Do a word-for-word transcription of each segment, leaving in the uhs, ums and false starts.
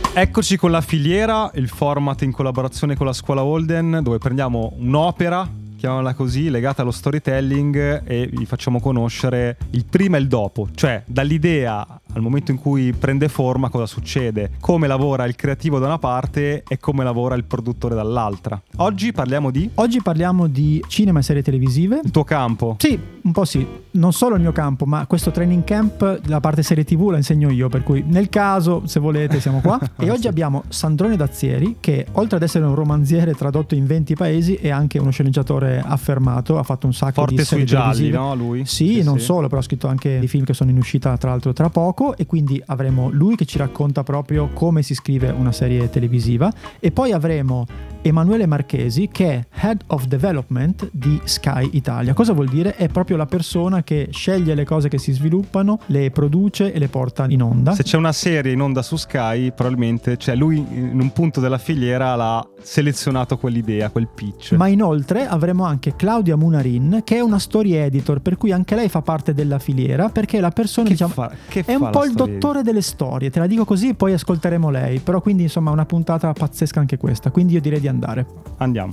Eccoci con La Filiera, il format in collaborazione con la Scuola Holden, dove prendiamo un'opera, chiamiamola così, legata allo storytelling, e vi facciamo conoscere il prima e il dopo, cioè dall'idea al momento in cui prende forma cosa succede, come lavora il creativo da una parte e come lavora il produttore dall'altra. Oggi parliamo di... Oggi parliamo di cinema e serie televisive. Il tuo campo? Sì, un po' sì. Non solo il mio campo, ma questo training camp, la parte serie tv la insegno io, per cui nel caso, se volete, siamo qua. E oggi abbiamo Sandrone Dazzieri, che oltre ad essere un romanziere tradotto in venti paesi è anche uno sceneggiatore affermato, ha fatto un sacco Forte di serie sui gialli, televisive. no? Lui? Sì, sì non sì. solo, però ha scritto anche di film che sono in uscita tra l'altro tra poco, e quindi avremo lui che ci racconta proprio come si scrive una serie televisiva, e poi avremo Emanuele Marchesi, che è Head of Development di Sky Italia. Cosa vuol dire? È proprio la persona che sceglie le cose che si sviluppano, le produce e le porta in onda. Se c'è una serie in onda su Sky, probabilmente, cioè lui in un punto della filiera l'ha selezionato quell'idea, quel pitch. Ma inoltre avremo anche Claudia Munarin, che è una story editor, per cui anche lei fa parte della filiera, perché è la persona, che diciamo, fa, che è un po' il story? dottore delle storie, te la dico così, poi ascolteremo lei. Però quindi insomma una puntata pazzesca anche questa, quindi io direi di andare. Andiamo.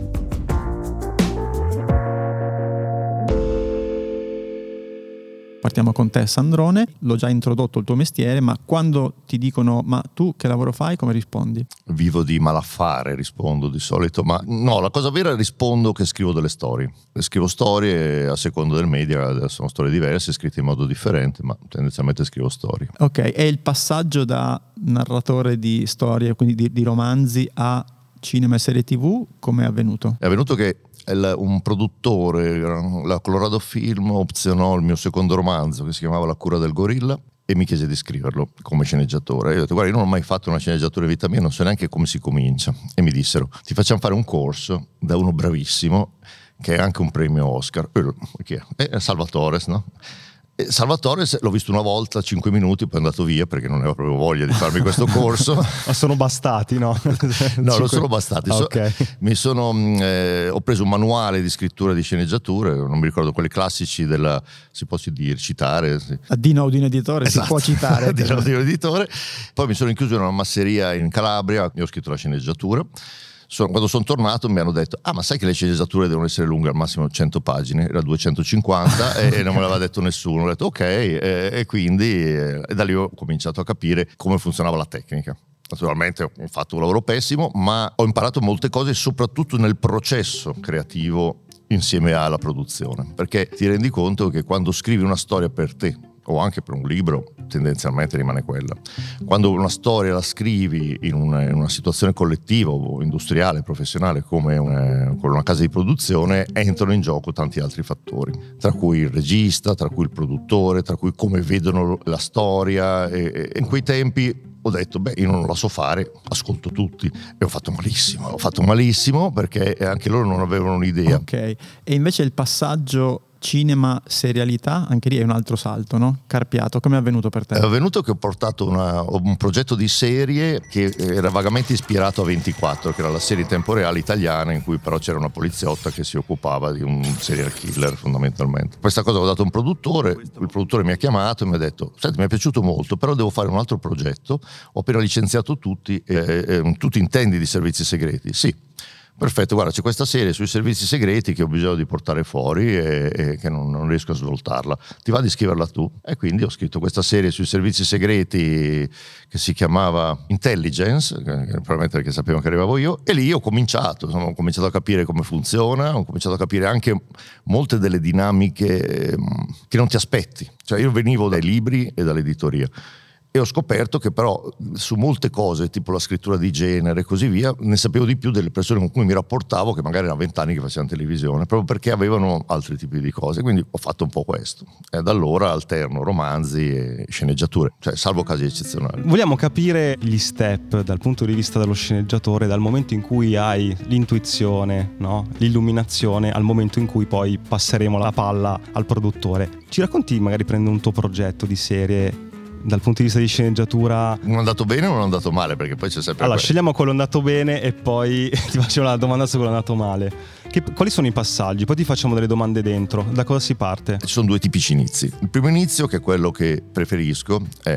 Partiamo con te, Sandrone. L'ho già introdotto il tuo mestiere, ma quando ti dicono ma tu che lavoro fai, come rispondi? Vivo di malaffare, rispondo di solito, ma no, la cosa vera, rispondo che scrivo delle storie. Scrivo storie a seconda del media, sono storie diverse, scritte in modo differente, ma tendenzialmente scrivo storie. Ok, e il passaggio da narratore di storie, quindi di, di romanzi, a cinema e serie tv, come è avvenuto? È avvenuto che il, un produttore, la Colorado Film, opzionò il mio secondo romanzo che si chiamava La cura del gorilla e mi chiese di scriverlo come sceneggiatore. E io ho detto: guarda, io non ho mai fatto una sceneggiatura in vita mia, non so neanche come si comincia. E mi dissero: ti facciamo fare un corso da uno bravissimo che è anche un premio Oscar. E chi è? È Salvatore, no? E Salvatore l'ho visto una volta, cinque minuti, poi è andato via perché non aveva proprio voglia di farmi questo corso. Ma sono bastati, no? No, non sono bastati. Ah, okay. So, mi sono, eh, ho preso un manuale di scrittura di sceneggiature, non mi ricordo, quelli classici della, si può dire, citare. Sì. A Dino di un editore, esatto. Si può citare. Dino di un editore. Poi mi sono incluso in una masseria in Calabria e ho scritto la sceneggiatura. Sono, quando sono tornato mi hanno detto: ah, ma sai che le sceneggiature devono essere lunghe al massimo cento pagine? Era duecentocinquanta e, e non me l'aveva detto nessuno. Ho detto ok, e, e quindi e da lì ho cominciato a capire come funzionava la tecnica. Naturalmente ho fatto un lavoro pessimo, ma ho imparato molte cose, soprattutto nel processo creativo insieme alla produzione, perché ti rendi conto che quando scrivi una storia per te o anche per un libro, tendenzialmente rimane quella. Quando una storia la scrivi in una, in una situazione collettiva o industriale, professionale, come una, con una casa di produzione, entrano in gioco tanti altri fattori, tra cui il regista, tra cui il produttore, tra cui come vedono la storia. E, e in quei tempi ho detto: beh, io non la so fare, ascolto tutti. E ho fatto malissimo, ho fatto malissimo perché anche loro non avevano un'idea. Ok, e invece il passaggio cinema, serialità, anche lì è un altro salto, no? Carpiato, come è avvenuto per te? È avvenuto che ho portato una, un progetto di serie che era vagamente ispirato a ventiquattro, che era la serie in tempo reale italiana, in cui però c'era una poliziotta che si occupava di un serial killer fondamentalmente. Questa cosa l'ho dato a un produttore, il produttore mi ha chiamato e mi ha detto: senti, mi è piaciuto molto, però devo fare un altro progetto, ho appena licenziato tutti, eh, eh, tu ti intendi di servizi segreti? Sì. Perfetto, guarda, c'è questa serie sui servizi segreti che ho bisogno di portare fuori e, e che non, non riesco a svoltarla. Ti va di scriverla tu? E quindi ho scritto questa serie sui servizi segreti che si chiamava Intelligence, che, probabilmente perché sapevo che arrivavo io, e lì ho cominciato, insomma, ho cominciato a capire come funziona, ho cominciato a capire anche molte delle dinamiche che non ti aspetti. Cioè io venivo dai libri e dall'editoria. E ho scoperto che però su molte cose, tipo la scrittura di genere e così via, ne sapevo di più delle persone con cui mi rapportavo, che magari erano vent'anni che facevano televisione, proprio perché avevano altri tipi di cose. Quindi ho fatto un po' questo. E da allora alterno romanzi e sceneggiature, cioè salvo casi eccezionali. Vogliamo capire gli step dal punto di vista dello sceneggiatore, dal momento in cui hai l'intuizione, no? L'illuminazione, al momento in cui poi passeremo la palla al produttore. Ci racconti, magari prendo un tuo progetto di serie dal punto di vista di sceneggiatura? Non è andato bene o non è andato male? Perché poi c'è sempre... Allora, quello. scegliamo quello andato bene e poi ti facciamo la domanda su quello andato male. Che, quali sono i passaggi? Poi ti facciamo delle domande dentro. Da cosa si parte? Ci sono due tipici inizi. Il primo inizio, che è quello che preferisco, è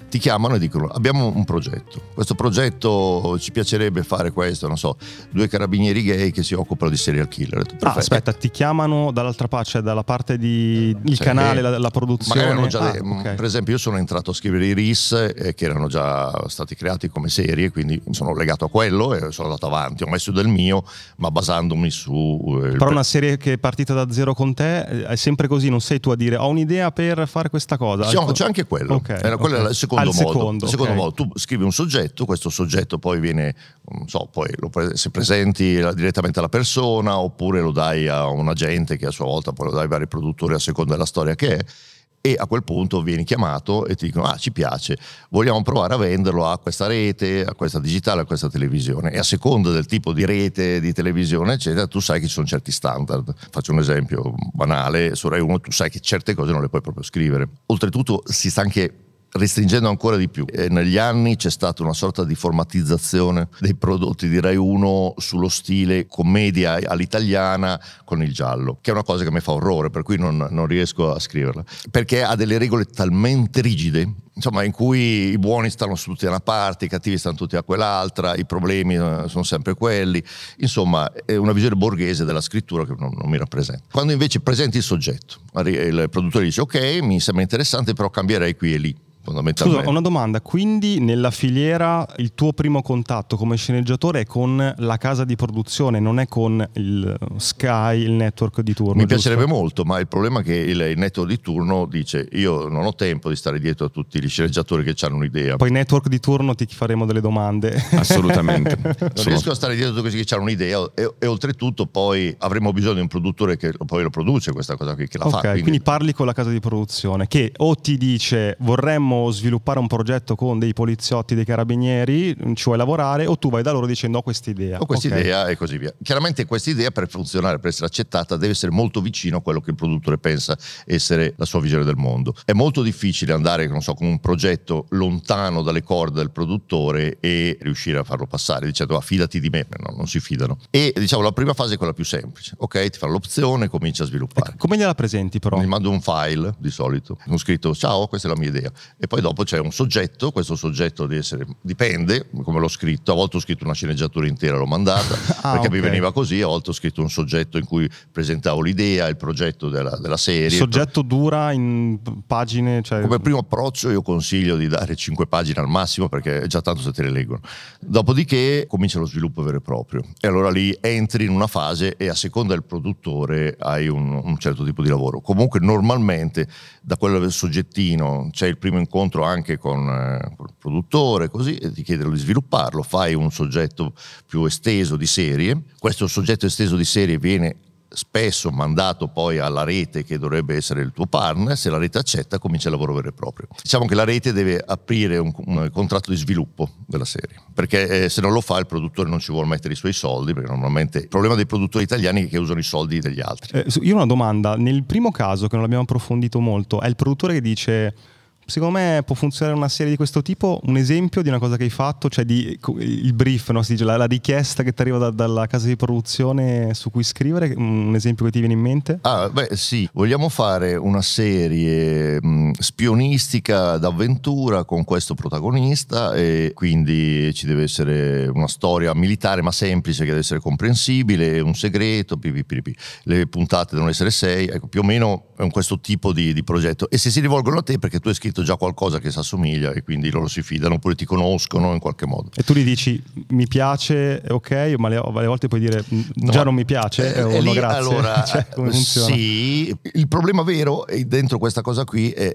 ti chiamano e dicono abbiamo un progetto, questo progetto ci piacerebbe fare questo, non so, due carabinieri gay che si occupano di serial killer. Ah, aspetta, ti chiamano dall'altra parte, cioè dalla parte di il cioè, canale, la, la produzione. Magari già ah, de- okay. Per esempio io sono entrato a scrivere i R I S eh, che erano già stati creati come serie, quindi sono legato a quello e sono andato avanti, ho messo del mio ma basandomi su eh, però una serie che è partita da zero con te è sempre così, non sei tu a dire ho un'idea per fare questa cosa. Sì, c'è anche quello, okay, Era, quello okay. è il secondo modo, secondo, il secondo okay. modo. Tu scrivi un soggetto, questo soggetto poi viene, non so, poi lo pre- se presenti direttamente alla persona oppure lo dai a un agente che a sua volta poi lo dai ai vari produttori a seconda della storia che è, e a quel punto vieni chiamato e ti dicono ah ci piace, vogliamo provare a venderlo a questa rete, a questa digitale, a questa televisione, e a seconda del tipo di rete, di televisione eccetera, tu sai che ci sono certi standard. Faccio un esempio banale, su Rai uno tu sai che certe cose non le puoi proprio scrivere. Oltretutto si sta anche restringendo ancora di più e negli anni c'è stata una sorta di formatizzazione dei prodotti di Rai uno sullo stile commedia all'italiana con il giallo, che è una cosa che mi fa orrore, per cui non, non riesco a scriverla, perché ha delle regole talmente rigide, insomma, in cui i buoni stanno tutti da una parte, i cattivi stanno tutti a quell'altra, i problemi sono sempre quelli, insomma è una visione borghese della scrittura che non, non mi rappresenta. Quando invece presenti il soggetto, il produttore dice ok, mi sembra interessante, però cambierei qui e lì. Scusa, una domanda, quindi nella filiera il tuo primo contatto come sceneggiatore è con la casa di produzione, non è con il Sky, il network di turno? Mi giusto? piacerebbe molto, ma il problema è che il, il network di turno dice io non ho tempo di stare dietro a tutti gli sceneggiatori che hanno un'idea. Poi network di turno ti faremo delle domande. Assolutamente. Non Sono... riesco a stare dietro a questi che hanno un'idea e, e oltretutto poi avremo bisogno di un produttore che poi lo produce questa cosa qui, che la ok, fa. Quindi... quindi parli con la casa di produzione che o ti dice vorremmo sviluppare un progetto con dei poliziotti, dei carabinieri, ci vuoi lavorare, o tu vai da loro dicendo ho quest'idea. Ho quest'idea okay. e così via. Chiaramente quest'idea per funzionare, per essere accettata, deve essere molto vicino a quello che il produttore pensa essere la sua visione del mondo. È molto difficile andare, non so, con un progetto lontano dalle corde del produttore e riuscire a farlo passare dicendo ah, fidati di me, no, non si fidano. E diciamo la prima fase è quella più semplice, ok, ti fanno l'opzione, comincia a sviluppare. Come gliela presenti però? Mi mando un file di solito, ho scritto ciao, questa è la mia idea, e poi dopo c'è un soggetto, questo soggetto deve essere, dipende come l'ho scritto, a volte ho scritto una sceneggiatura intera, l'ho mandata ah, perché okay. mi veniva così, a volte ho scritto un soggetto in cui presentavo l'idea, il progetto della, della serie. Il soggetto dura in pagine? Cioè... Come primo approccio io consiglio di dare cinque pagine al massimo perché è già tanto se te le leggono. Dopodiché comincia lo sviluppo vero e proprio e allora lì entri in una fase e a seconda del produttore hai un, un certo tipo di lavoro. Comunque normalmente da quello del soggettino c'è il primo incontro anche con, eh, con il produttore, così, e ti chiedono di svilupparlo, fai un soggetto più esteso di serie, questo soggetto esteso di serie viene spesso mandato poi alla rete che dovrebbe essere il tuo partner, se la rete accetta comincia il lavoro vero e proprio. Diciamo che la rete deve aprire un, un contratto di sviluppo della serie, perché eh, se non lo fa il produttore non ci vuole mettere i suoi soldi, perché normalmente il problema dei produttori italiani è che usano i soldi degli altri. Eh, io ho una domanda, nel primo caso che non l'abbiamo approfondito molto, è il produttore che dice secondo me può funzionare una serie di questo tipo, un esempio di una cosa che hai fatto, cioè di, il brief, no? Si dice, la, la richiesta che ti arriva da, dalla casa di produzione su cui scrivere, un esempio che ti viene in mente? Ah, beh sì, vogliamo fare una serie mh, spionistica d'avventura con questo protagonista e quindi ci deve essere una storia militare ma semplice che deve essere comprensibile, un segreto, pipipiripi. Le puntate devono essere sei, ecco, più o meno è un questo tipo di, di progetto, e se si rivolgono a te perché tu hai scritto già qualcosa che si assomiglia e quindi loro si fidano oppure ti conoscono in qualche modo. E tu gli dici mi piace, ok, ma le, alle volte puoi dire già no, non mi piace eh, o lì, no grazie. Allora, cioè, come funziona? Sì, il problema vero è dentro questa cosa qui è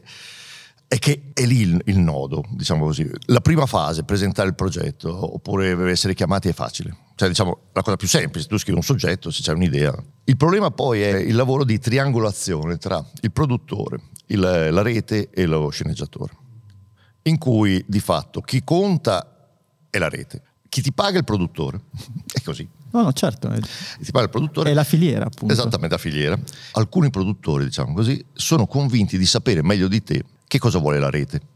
è che è lì il, il nodo, diciamo così. La prima fase, presentare il progetto oppure essere chiamati, è facile, cioè diciamo la cosa più semplice, tu scrivi un soggetto se c'è un'idea. Il problema poi è il lavoro di triangolazione tra il produttore, il, la rete e lo sceneggiatore, in cui di fatto chi conta è la rete, chi ti paga è il produttore, è così. No, no, certo. Ti paga il produttore. È la filiera, appunto. Esattamente, la filiera. Alcuni produttori, diciamo così, sono convinti di sapere meglio di te che cosa vuole la rete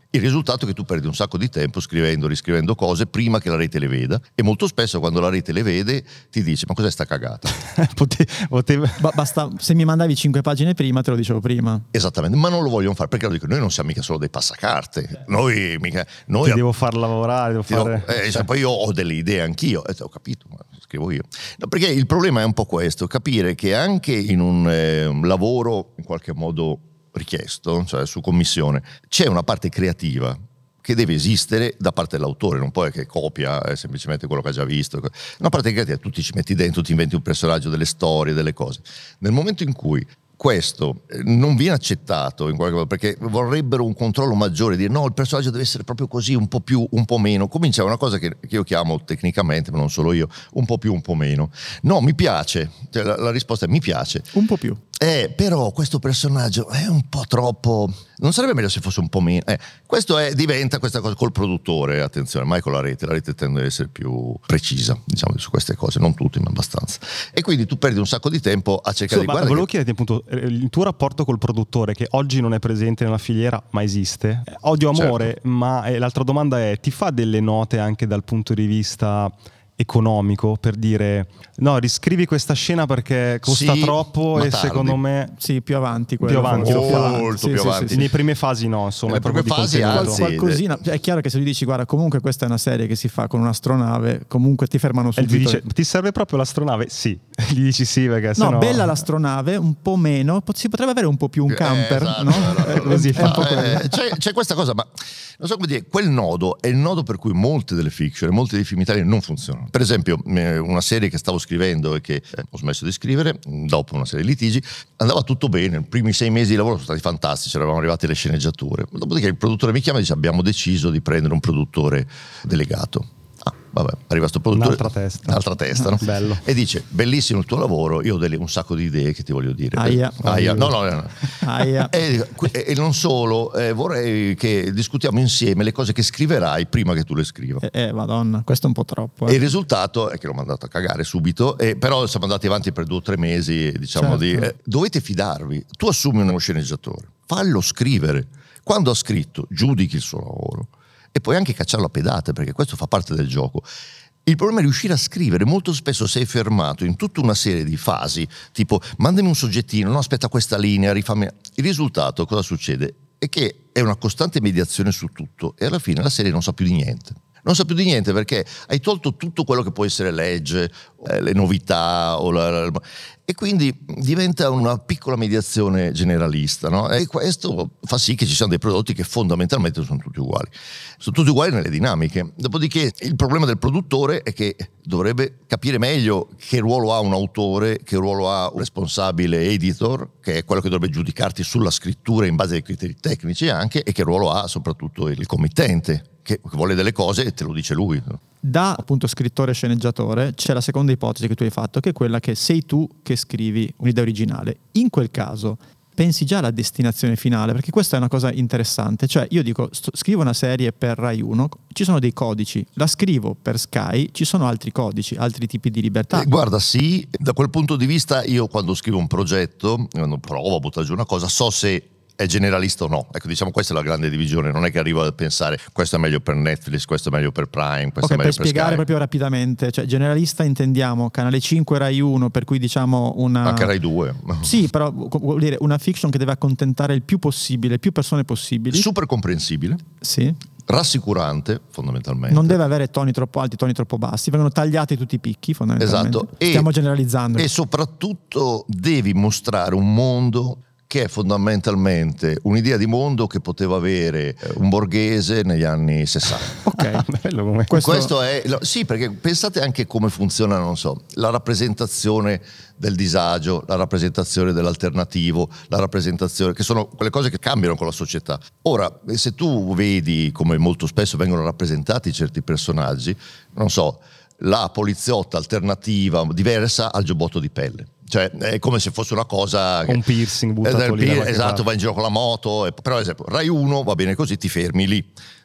Il risultato è che tu perdi un sacco di tempo scrivendo, riscrivendo cose prima che la rete le veda, e molto spesso quando la rete le vede ti dice ma cos'è sta cagata? Pote- poteva... Ba- basta, se mi mandavi cinque pagine prima te lo dicevo prima. Esattamente, ma non lo vogliono fare perché lo dico, noi non siamo mica solo dei passacarte, noi mica... Noi ti devo far lavorare, devo fare... do, eh, cioè, poi io ho delle idee anch'io, eh, ho capito, ma scrivo io. No, perché il problema è un po' questo, capire che anche in un, eh, un lavoro in qualche modo richiesto, cioè su commissione, c'è una parte creativa che deve esistere da parte dell'autore, non poi che copia eh, semplicemente quello che ha già visto. Una parte creativa, tu ti ci metti dentro, ti inventi un personaggio, delle storie, delle cose. Nel momento in cui questo non viene accettato in qualche modo, perché vorrebbero un controllo maggiore, dire no, il personaggio deve essere proprio così, un po' più, un po' meno, comincia una cosa che, che io chiamo tecnicamente, ma non solo io, un po' più, un po' meno. No, mi piace, cioè, la, la risposta è mi piace. Un po' più. Eh, però questo personaggio è un po' troppo... Non sarebbe meglio se fosse un po' meno? Eh, questo è, diventa questa cosa col produttore, attenzione, mai con la rete. La rete tende ad essere più precisa, diciamo, su queste cose, non tutti, ma abbastanza. E quindi tu perdi un sacco di tempo a cercare so, di ma guardare... volevo che... chiederti appunto, il tuo rapporto col produttore, che oggi non è presente nella filiera, ma esiste. Odio, amore, certo. Ma eh, l'altra domanda è, ti fa delle note anche dal punto di vista... economico, per dire no, riscrivi questa scena perché costa sì, troppo e tardi. Secondo me sì, più avanti più avanti lo fa. Molto sì, più sì, avanti sì, sì. Nelle prime fasi no, insomma, nelle prime fasi Qual- anzi, qualcosina, è chiaro che se tu dici guarda comunque questa è una serie che si fa con un'astronave, comunque ti fermano e subito. ti dice ti serve proprio l'astronave? Sì. Gli dici sì perché no, sennò... bella l'astronave, un po' meno, si potrebbe avere un po' più un camper, eh, esatto, no? esatto. Eh, così Fa, è un po' eh, c'è, c'è questa cosa, ma non so come dire, quel nodo è il nodo per cui molte delle fiction, molte dei film italiani non funzionano. Per esempio una serie che stavo scrivendo e che eh, ho smesso di scrivere dopo una serie di litigi, andava tutto bene, i primi sei mesi di lavoro sono stati fantastici, eravamo arrivati alle sceneggiature, dopodiché il produttore mi chiama e dice abbiamo deciso di prendere un produttore delegato. Ah, vabbè, arriva sto produttore, un'altra testa, un'altra testa, no? Bello. E dice bellissimo il tuo lavoro, io ho delle, un sacco di idee che ti voglio dire. Aia. Aia. No, no, no. Aia. E, e non solo, eh, vorrei che discutiamo insieme le cose che scriverai prima che tu le scriva. Eh, eh madonna, questo è un po' troppo. Eh. E il risultato è che l'ho mandato a cagare subito, eh, però siamo andati avanti per due o tre mesi, diciamo, certo. di, eh, dovete fidarvi. Tu assumi uno sceneggiatore, fallo scrivere. Quando ha scritto, giudichi il suo lavoro. E puoi anche cacciarlo a pedate, perché questo fa parte del gioco. Il problema è riuscire a scrivere. Molto spesso sei fermato in tutta una serie di fasi, tipo mandami un soggettino, no aspetta questa linea, rifammi. Il risultato cosa succede? È che è una costante mediazione su tutto e alla fine la serie non sa più di niente. Non sa più di niente perché hai tolto tutto quello che può essere legge, eh, le novità o la, la, e quindi diventa una piccola mediazione generalista, no? E questo fa sì che ci siano dei prodotti che fondamentalmente sono tutti uguali. Sono tutti uguali nelle dinamiche. Dopodiché il problema del produttore è che dovrebbe capire meglio che ruolo ha un autore, che ruolo ha un responsabile editor, che è quello che dovrebbe giudicarti sulla scrittura in base ai criteri tecnici anche, e che ruolo ha soprattutto il committente, che vuole delle cose e te lo dice lui. Da appunto scrittore e sceneggiatore c'è la seconda ipotesi che tu hai fatto, che è quella che sei tu che scrivi un'idea originale. In quel caso pensi già alla destinazione finale, perché questa è una cosa interessante. Cioè io dico, sto, scrivo una serie per Rai uno, ci sono dei codici, la scrivo per Sky, ci sono altri codici, altri tipi di libertà. Eh, guarda, sì, da quel punto di vista io quando scrivo un progetto, quando provo a buttare giù una cosa, so se è generalista o no. Ecco, diciamo, questa è la grande divisione. Non è che arrivo a pensare questo è meglio per Netflix, questo è meglio per Prime, questo okay, è meglio per, per spiegare Sky. proprio rapidamente, cioè generalista intendiamo Canale cinque, Rai uno, per cui diciamo una... Anche Rai due. Sì, però vuol dire una fiction che deve accontentare il più possibile, più persone possibili. Super comprensibile. Sì. Rassicurante, fondamentalmente. Non deve avere toni troppo alti, toni troppo bassi, vengono tagliati tutti i picchi, fondamentalmente. Esatto. Stiamo e, generalizzando. E soprattutto devi mostrare un mondo che è fondamentalmente un'idea di mondo che poteva avere un borghese negli anni sessanta. Ok, bello come questo... questo è sì, perché pensate anche come funziona, non so, la rappresentazione del disagio, la rappresentazione dell'alternativo, la rappresentazione, che sono quelle cose che cambiano con la società. Ora, se tu vedi come molto spesso vengono rappresentati certi personaggi, non so, la poliziotta alternativa diversa al giubbotto di pelle. Cioè è come se fosse una cosa un piercing buttato lì pier, da esatto, parte. va in giro con la moto e, però ad esempio Rai uno va bene così, ti fermi lì.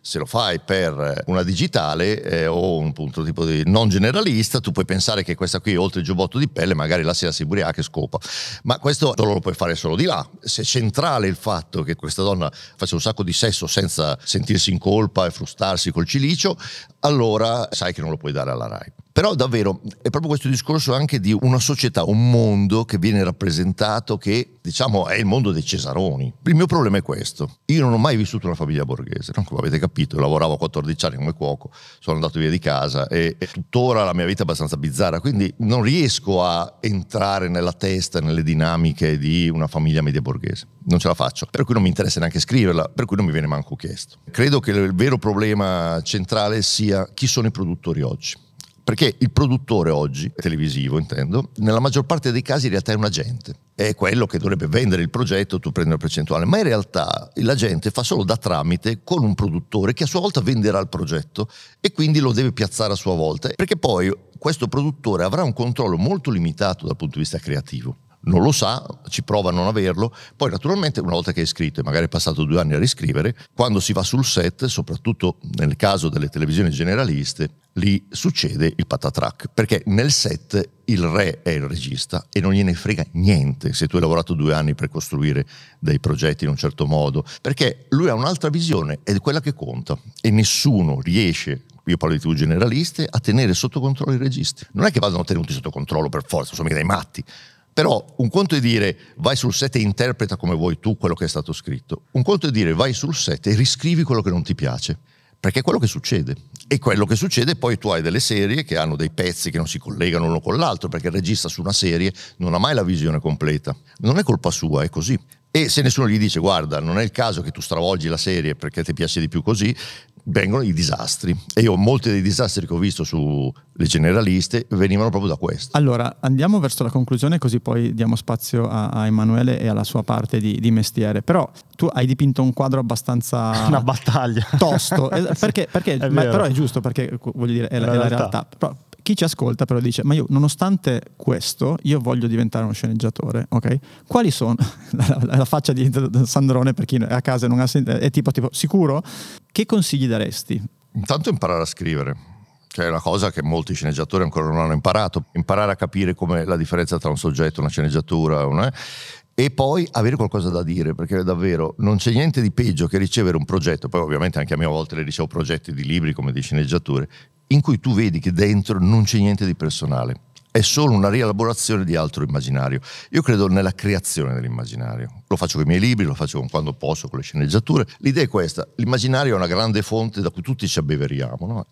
Se lo fai per una digitale eh, o un punto tipo di non generalista, tu puoi pensare che questa qui, oltre il giubbotto di pelle, magari la sera si ubriaca e scopa. Ma questo non lo puoi fare solo di là. Se è centrale il fatto che questa donna faccia un sacco di sesso senza sentirsi in colpa e frustarsi col cilicio, allora sai che non lo puoi dare alla Rai. Però davvero è proprio questo discorso anche di una società, un mondo che viene rappresentato che, diciamo, è il mondo dei Cesaroni. Il mio problema è questo: io non ho mai vissuto una famiglia borghese, no? Come avete capito, io lavoravo a quattordici anni come cuoco, sono andato via di casa e, e tuttora la mia vita è abbastanza bizzarra, quindi non riesco a entrare nella testa, nelle dinamiche di una famiglia media borghese, non ce la faccio, per cui non mi interessa neanche scriverla, per cui non mi viene manco chiesto. Credo che il vero problema centrale sia chi sono i produttori oggi. Perché il produttore oggi, televisivo intendo, nella maggior parte dei casi in realtà è un agente. È quello che dovrebbe vendere il progetto, tu prendi una percentuale, ma in realtà l'agente fa solo da tramite con un produttore che a sua volta venderà il progetto e quindi lo deve piazzare a sua volta. Perché poi questo produttore avrà un controllo molto limitato dal punto di vista creativo. Non lo sa, ci prova a non averlo, poi naturalmente una volta che hai scritto e magari è passato due anni a riscrivere, quando si va sul set, soprattutto nel caso delle televisioni generaliste, lì succede il patatrac, perché nel set il re è il regista e non gliene frega niente se tu hai lavorato due anni per costruire dei progetti in un certo modo, perché lui ha un'altra visione ed è quella che conta e nessuno riesce, io parlo di tivù generaliste, a tenere sotto controllo i registi. Non è che vadano tenuti sotto controllo per forza, sono mica dei matti. Però un conto è dire vai sul set e interpreta come vuoi tu quello che è stato scritto, un conto è dire vai sul set e riscrivi quello che non ti piace, perché è quello che succede. E quello che succede poi tu hai delle serie che hanno dei pezzi che non si collegano l'uno con l'altro, perché il regista su una serie non ha mai la visione completa. Non è colpa sua, è così. E se nessuno gli dice guarda, non è il caso che tu stravolgi la serie perché ti piace di più così, vengono i disastri. E io molti dei disastri che ho visto sulle generaliste venivano proprio da questo. Allora andiamo verso la conclusione, così poi diamo spazio a, a Emanuele e alla sua parte di, di mestiere. Però tu hai dipinto un quadro abbastanza una battaglia tosto perché, perché è ma, però è giusto, perché voglio dire è, è la, la realtà, realtà. Però, chi ci ascolta però dice ma io nonostante questo io voglio diventare uno sceneggiatore, ok? Quali sono la, la, la faccia di Sandrone per chi è a casa non ha sentito, è tipo, tipo sicuro? Che consigli daresti? Intanto imparare a scrivere, che è una cosa che molti sceneggiatori ancora non hanno imparato, imparare a capire come la differenza tra un soggetto, una sceneggiatura, una... e poi avere qualcosa da dire, perché davvero non c'è niente di peggio che ricevere un progetto, poi ovviamente anche a mia volta le ricevo progetti di libri come di sceneggiature, in cui tu vedi che dentro non c'è niente di personale, è solo una rielaborazione di altro immaginario. Io credo nella creazione dell'immaginario, lo faccio con i miei libri, lo faccio con quando posso con le sceneggiature. L'idea è questa: l'immaginario è una grande fonte da cui tutti ci abbeveriamo, no?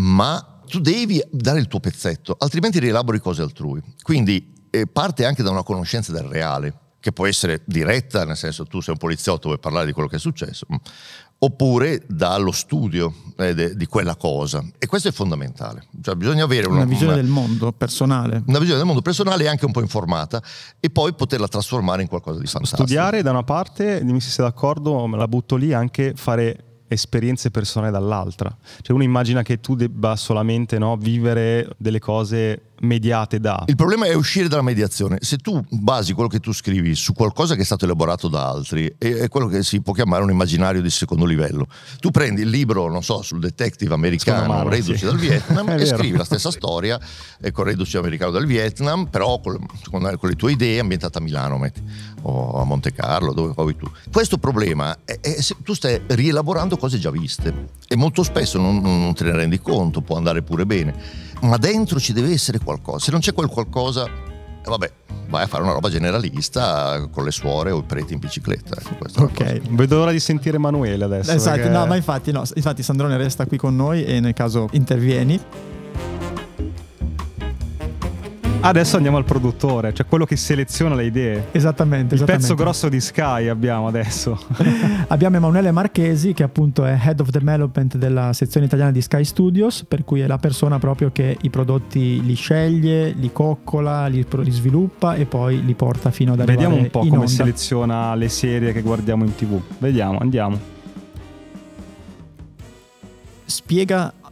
Ma tu devi dare il tuo pezzetto, altrimenti rielabori cose altrui. Quindi eh, parte anche da una conoscenza del reale, che può essere diretta, nel senso tu sei un poliziotto, vuoi parlare di quello che è successo, oppure dallo studio eh, de, di quella cosa. E questo è fondamentale, cioè bisogna avere una, una visione una, del mondo personale, una visione del mondo personale e anche un po' informata, e poi poterla trasformare in qualcosa di fantastico. Studiare da una parte, dimmi se sei d'accordo, me la butto lì, anche fare esperienze personali dall'altra. Cioè uno immagina che tu debba solamente, no, vivere delle cose mediate da... Il problema è uscire dalla mediazione. Se tu basi quello che tu scrivi su qualcosa che è stato elaborato da altri, è quello che si può chiamare un immaginario di secondo livello. Tu prendi il libro, non so, sul detective americano mano, reduce sì. dal Vietnam e vero. Scrivi la stessa storia eh, con reduce americano dal Vietnam, però con, con, con le tue idee, ambientata a Milano, metti, o a Monte Carlo, dove poi tu. Questo problema è, è se tu stai rielaborando cose già viste e molto spesso non, non te ne rendi conto, può andare pure bene, ma dentro ci deve essere qualcosa. Se non c'è quel qualcosa, eh, vabbè, vai a fare una roba generalista con le suore o i preti in bicicletta. Ecco, ok, vedo l'ora di sentire Emanuele adesso. Esatto, perché... no, ma infatti, no, infatti Sandrone resta qui con noi e nel caso intervieni. Adesso andiamo al produttore, cioè quello che seleziona le idee. Esattamente, il esattamente. pezzo grosso di Sky abbiamo adesso. Abbiamo Emanuele Marchesi, che appunto è Head of Development della sezione italiana di Sky Studios, per cui è la persona proprio che i prodotti li sceglie, li coccola, li, li sviluppa e poi li porta fino ad arrivare in onda. Vediamo un po' come seleziona le serie che guardiamo in tivù. Vediamo, andiamo. Spiega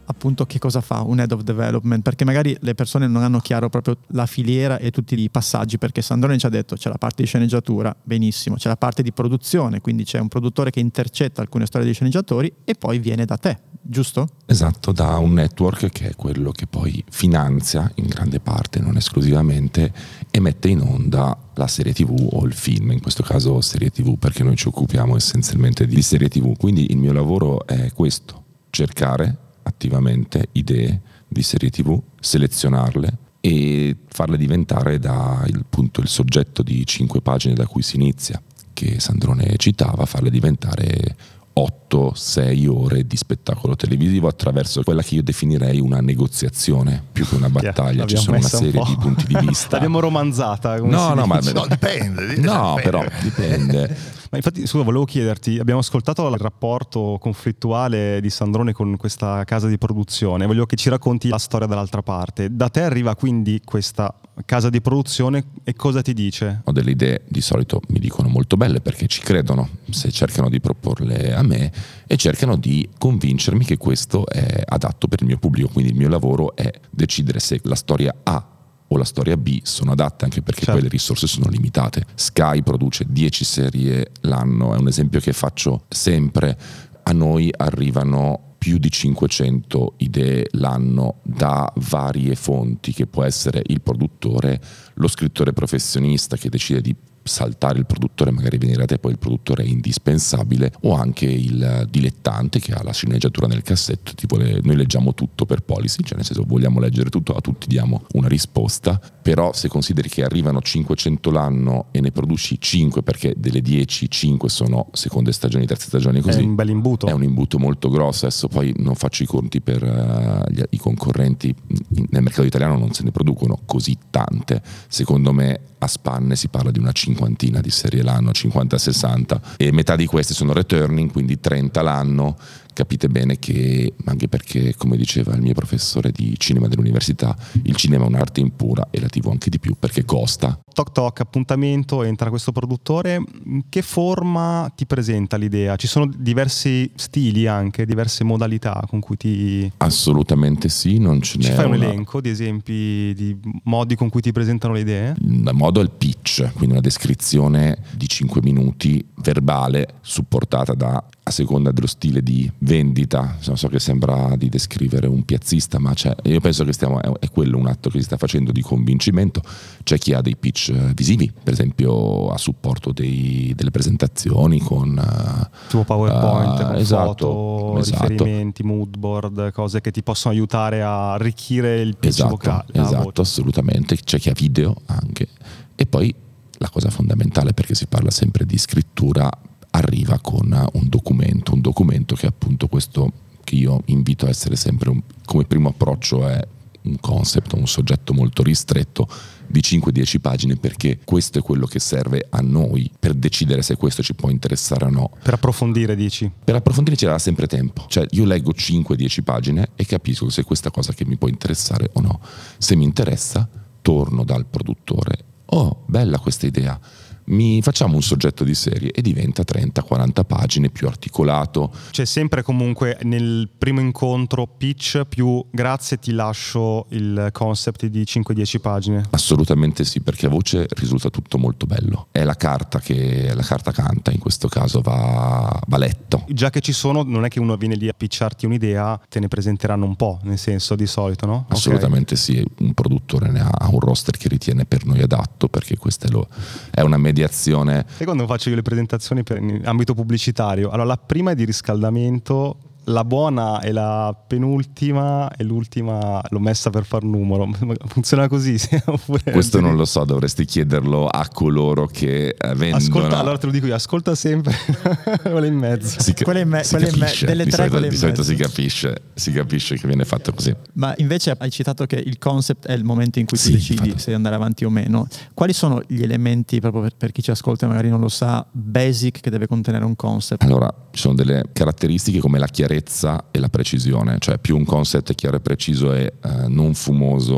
appunto che cosa fa un head of development, perché magari le persone non hanno chiaro proprio la filiera e tutti i passaggi, perché Sandrone ci ha detto c'è la parte di sceneggiatura, benissimo, c'è la parte di produzione, quindi c'è un produttore che intercetta alcune storie dei sceneggiatori e poi viene da te, giusto? Esatto, da un network che è quello che poi finanzia in grande parte, non esclusivamente, e mette in onda la serie tivù o il film, in questo caso serie tivù, perché noi ci occupiamo essenzialmente di serie tivù. Quindi il mio lavoro è questo: cercare attivamente idee di serie tivù, selezionarle e farle diventare da il, appunto, il soggetto di cinque pagine da cui si inizia, che Sandrone citava, farle diventare otto sei ore di spettacolo televisivo attraverso quella che io definirei una negoziazione più che una battaglia. Ci sono una serie un di punti di vista. L'abbiamo romanzata. Come no, no, dice. ma no, dipende. No, dipende. però dipende. Ma infatti, scusa, volevo chiederti, abbiamo ascoltato il rapporto conflittuale di Sandrone con questa casa di produzione, voglio che ci racconti la storia dall'altra parte. Da te arriva quindi questa casa di produzione e cosa ti dice? Ho delle idee, di solito mi dicono molto belle perché ci credono, se cercano di proporle a me e cercano di convincermi che questo è adatto per il mio pubblico, quindi il mio lavoro è decidere se la storia A o la storia B sono adatte, anche perché certo. poi le risorse sono limitate. Sky produce dieci serie l'anno, è un esempio che faccio sempre. A noi arrivano più di cinquecento idee l'anno da varie fonti, che può essere il produttore, lo scrittore professionista che decide di saltare il produttore, magari venire a te, poi il produttore è indispensabile, o anche il dilettante che ha la sceneggiatura nel cassetto, tipo le, noi leggiamo tutto per policy, cioè nel senso vogliamo leggere tutto, a tutti diamo una risposta, però se consideri che arrivano cinquecento l'anno e ne produci cinque, perché delle dieci, cinque sono seconde stagioni, terze stagioni, così è un bel imbuto. È un imbuto molto grosso. Adesso poi non faccio i conti per uh, gli, i concorrenti, nel mercato italiano non se ne producono così tante, secondo me a spanne si parla di una cinquantina di serie l'anno, cinquanta sessanta, e metà di queste sono returning, quindi trenta l'anno. Capite bene che, anche perché, come diceva il mio professore di cinema dell'università, il cinema è un'arte impura e la tivù anche di più, perché costa. Toc toc, appuntamento, entra questo produttore. In che forma ti presenta l'idea? Ci sono diversi stili, anche diverse modalità con cui ti... Assolutamente sì, non ce n'è. Ci fai un una... elenco di esempi, di modi con cui ti presentano le idee? Il modo è il pitch, quindi una descrizione di cinque minuti verbale, supportata da, a seconda dello stile di vendita. So che sembra di descrivere un piazzista, ma c'è, io penso che stiamo, è, è quello un atto che si sta facendo di convincimento. C'è chi ha dei pitch visivi, per esempio a supporto dei, delle presentazioni con tipo PowerPoint, uh, con esatto, foto, esatto. riferimenti, moodboard, cose che ti possono aiutare a arricchire il pitch esatto, vocale. Esatto, assolutamente. C'è chi ha video anche. E poi la cosa fondamentale, perché si parla sempre di scrittura, arriva con un documento, un documento che appunto questo che io invito a essere sempre un, come primo approccio è un concept, un soggetto molto ristretto di cinque dieci pagine, perché questo è quello che serve a noi per decidere se questo ci può interessare o no. Per approfondire, dici? Per approfondire ci darà sempre tempo, cioè io leggo cinque dieci pagine e capisco se questa cosa che mi può interessare o no. Se mi interessa, torno dal produttore: oh, bella questa idea, mi facciamo un soggetto di serie, e diventa trenta quaranta pagine, più articolato. C'è sempre comunque nel primo incontro pitch più grazie, ti lascio il concept di cinque dieci pagine. Assolutamente sì, perché a voce risulta tutto molto bello. È la carta che la carta canta, in questo caso va, va letto. Già che ci sono, non è che uno viene lì a pitcharti un'idea, te ne presenteranno un po', nel senso, di solito, no? Assolutamente okay. Sì, un produttore ne ha un roster che ritiene per noi adatto, perché questa è, lo, è una media. Sai quando faccio io le presentazioni per ambito pubblicitario? Allora, la prima è di riscaldamento, la buona è la penultima e l'ultima l'ho messa per far numero. Funziona così? Sì, oppure questo non lo so, dovresti chiederlo a coloro che vendono. Ascolta, allora te lo dico io, ascolta sempre quella in mezzo. Si, quelle in me, si quelle capisce, in me, delle di tre solito, quelle di in solito mezzo. si capisce, si capisce che viene fatto così. Ma invece hai citato che il concept è il momento in cui sì, tu decidi infatti. se andare avanti o meno. Quali sono gli elementi, proprio per, per chi ci ascolta e magari non lo sa, basic che deve contenere un concept? Allora, ci sono delle caratteristiche come la chiarezza e la precisione, cioè più un concept è chiaro e preciso e eh, non fumoso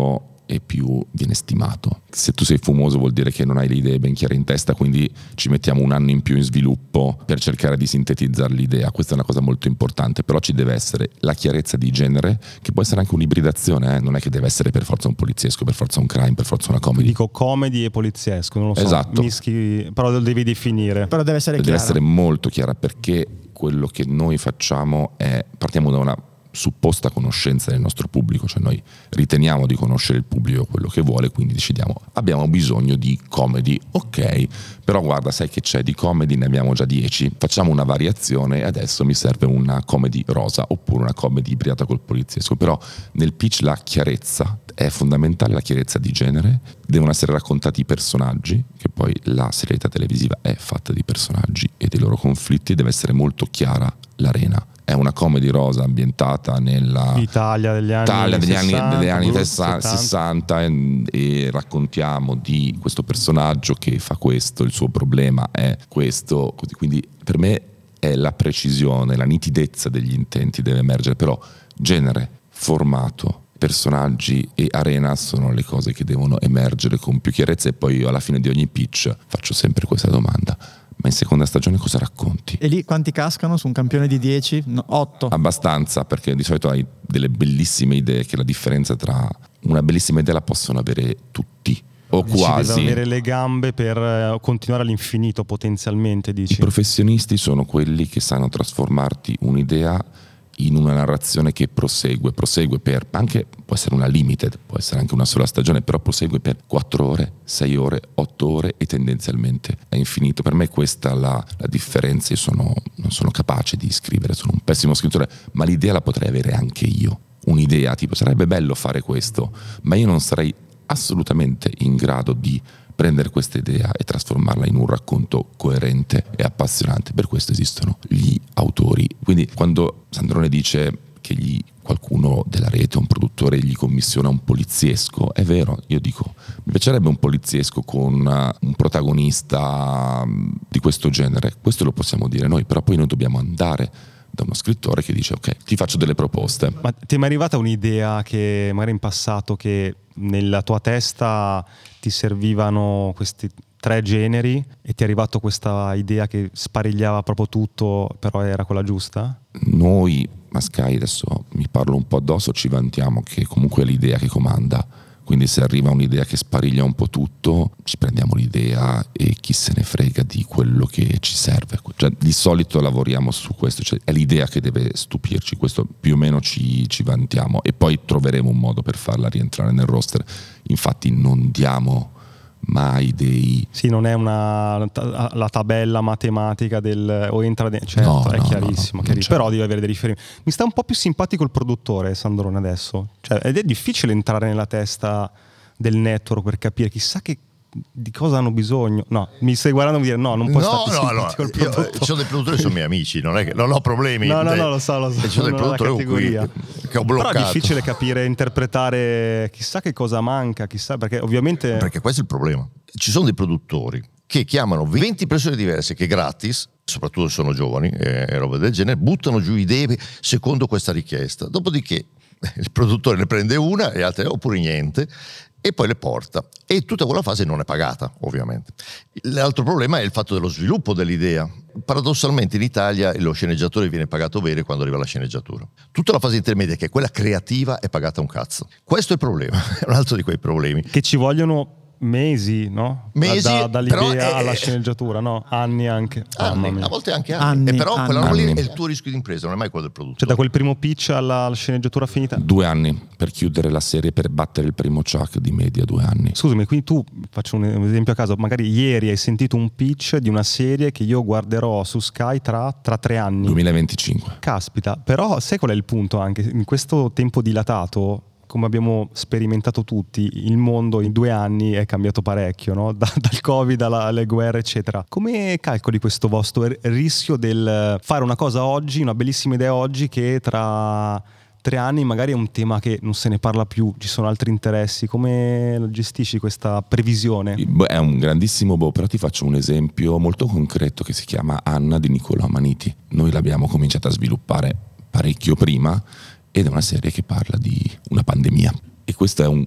e più viene stimato. Se tu sei fumoso vuol dire che non hai le idee ben chiare in testa, quindi ci mettiamo un anno in più in sviluppo per cercare di sintetizzare l'idea. Questa è una cosa molto importante, però ci deve essere la chiarezza di genere, che può essere anche un'ibridazione, eh? Non è che deve essere per forza un poliziesco, per forza un crime, per forza una comedy. Dico comedy e poliziesco, non lo so, esatto. Mischi, però lo devi definire. Però deve essere deve chiara. essere molto chiara, perché quello che noi facciamo è, partiamo da una supposta conoscenza del nostro pubblico, cioè noi riteniamo di conoscere il pubblico, quello che vuole, quindi decidiamo abbiamo bisogno di comedy, ok, però guarda, sai che c'è di comedy, ne abbiamo già dieci, facciamo una variazione e adesso mi serve una comedy rosa oppure una comedy ibriata col poliziesco. Però nel pitch la chiarezza è fondamentale, la chiarezza di genere, devono essere raccontati i personaggi, che poi la serialità televisiva è fatta di personaggi e dei loro conflitti, deve essere molto chiara l'arena. È una comedy rosa ambientata nella Italia degli anni Italia degli sessanta, anni, degli anni settanta. sessanta e, e raccontiamo di questo personaggio che fa questo, il suo problema è questo, quindi per me è la precisione, la nitidezza degli intenti deve emergere, però genere, formato, personaggi e arena sono le cose che devono emergere con più chiarezza. E poi io alla fine di ogni pitch faccio sempre questa domanda: ma in seconda stagione cosa racconti? E lì quanti cascano su un campione di dieci? No, otto. Abbastanza, perché di solito hai delle bellissime idee, che la differenza tra una bellissima idea la possono avere tutti o Dici, quasi. deve avere le gambe per eh, continuare all'infinito potenzialmente, dici. I professionisti sono quelli che sanno trasformarti un'idea in una narrazione che prosegue, prosegue per, anche può essere una limited, può essere anche una sola stagione, però prosegue per quattro ore, sei ore, otto ore e tendenzialmente è infinito. Per me questa è la, la differenza. Io sono, non sono capace di scrivere, sono un pessimo scrittore, ma l'idea la potrei avere anche io. Un'idea tipo sarebbe bello fare questo, ma io non sarei assolutamente in grado di prendere questa idea e trasformarla in un racconto coerente e appassionante. Per questo esistono gli autori. Quindi quando Sandrone dice che gli, qualcuno della rete, un produttore, gli commissiona un poliziesco, è vero, io dico mi piacerebbe un poliziesco con un protagonista di questo genere, questo lo possiamo dire noi, però poi noi dobbiamo andare da uno scrittore che dice ok, ti faccio delle proposte. Ma ti è mai arrivata un'idea che magari in passato che nella tua testa ti servivano questi tre generi e ti è arrivato questa idea che sparigliava proprio tutto, però era quella giusta? Noi, ma Sky, adesso mi parlo un po' addosso, ci vantiamo che comunque è l'idea che comanda. Quindi se arriva un'idea che spariglia un po' tutto, ci prendiamo l'idea e chi se ne frega di quello che ci serve. Cioè, di solito lavoriamo su questo, cioè è l'idea che deve stupirci, questo più o meno ci, ci vantiamo, e poi troveremo un modo per farla rientrare nel roster. Infatti non diamo mai dei... Sì, non è una la tabella matematica del o entra dentro, certo, No, è no, chiarissimo, no, chiarissimo. no, però devi avere dei riferimenti. Mi sta un po' più simpatico il produttore Sandrone adesso, cioè, ed è difficile entrare nella testa del network per capire chissà che di cosa hanno bisogno. No, mi stai guardando e mi dire no, non può no, stare più no, simpatico no, il io, produttore. ci sono dei produttori che sono miei amici, non è che non ho problemi. No, no, no, lo so, lo so. Ci sono dei non è la produttori con cui categoria. che ho bloccato. Però è difficile capire, interpretare chissà che cosa manca, chissà, perché ovviamente Perché questo è il problema. Ci sono dei produttori che chiamano venti persone diverse che gratis, soprattutto se sono giovani e, e roba del genere, buttano giù idee secondo questa richiesta. Dopodiché il produttore ne prende una e altre oppure niente e poi le porta, e tutta quella fase non è pagata, ovviamente. L'altro problema è il fatto dello sviluppo dell'idea. Paradossalmente in Italia lo sceneggiatore viene pagato bene quando arriva alla sceneggiatura. Tutta la fase intermedia, che è quella creativa, è pagata un cazzo. Questo è il problema, è un altro di quei problemi. che ci vogliono mesi, no? Mesi, da, dall'idea però è- alla sceneggiatura, no? Anni anche. Mamma Anni, mia. a volte anche anni. Anni, e però anni. quella roba lì Anni. è il tuo rischio di impresa, non è mai quello del produttore. Cioè da quel primo pitch alla, alla sceneggiatura finita. Due anni per chiudere la serie, per battere il primo Chuck di media, due anni. Scusami, quindi tu, faccio un esempio a caso, magari ieri hai sentito un pitch di una serie che io guarderò su Sky tra, tra tre anni. duemilaventicinque. Caspita, però sai qual è il punto anche? In questo tempo dilatato, come abbiamo sperimentato tutti, il mondo in due anni è cambiato parecchio, no? Da- dal Covid alla- alle guerre, eccetera. Come calcoli questo vostro r- rischio del fare una cosa oggi, una bellissima idea oggi, che tra tre anni magari è un tema che non se ne parla più, ci sono altri interessi? Come gestisci questa previsione? Beh, è un grandissimo boh, però ti faccio un esempio molto concreto che si chiama Anna di Niccolò Amaniti. Noi l'abbiamo cominciata a sviluppare parecchio prima ed è una serie che parla di una pandemia, e questa è un,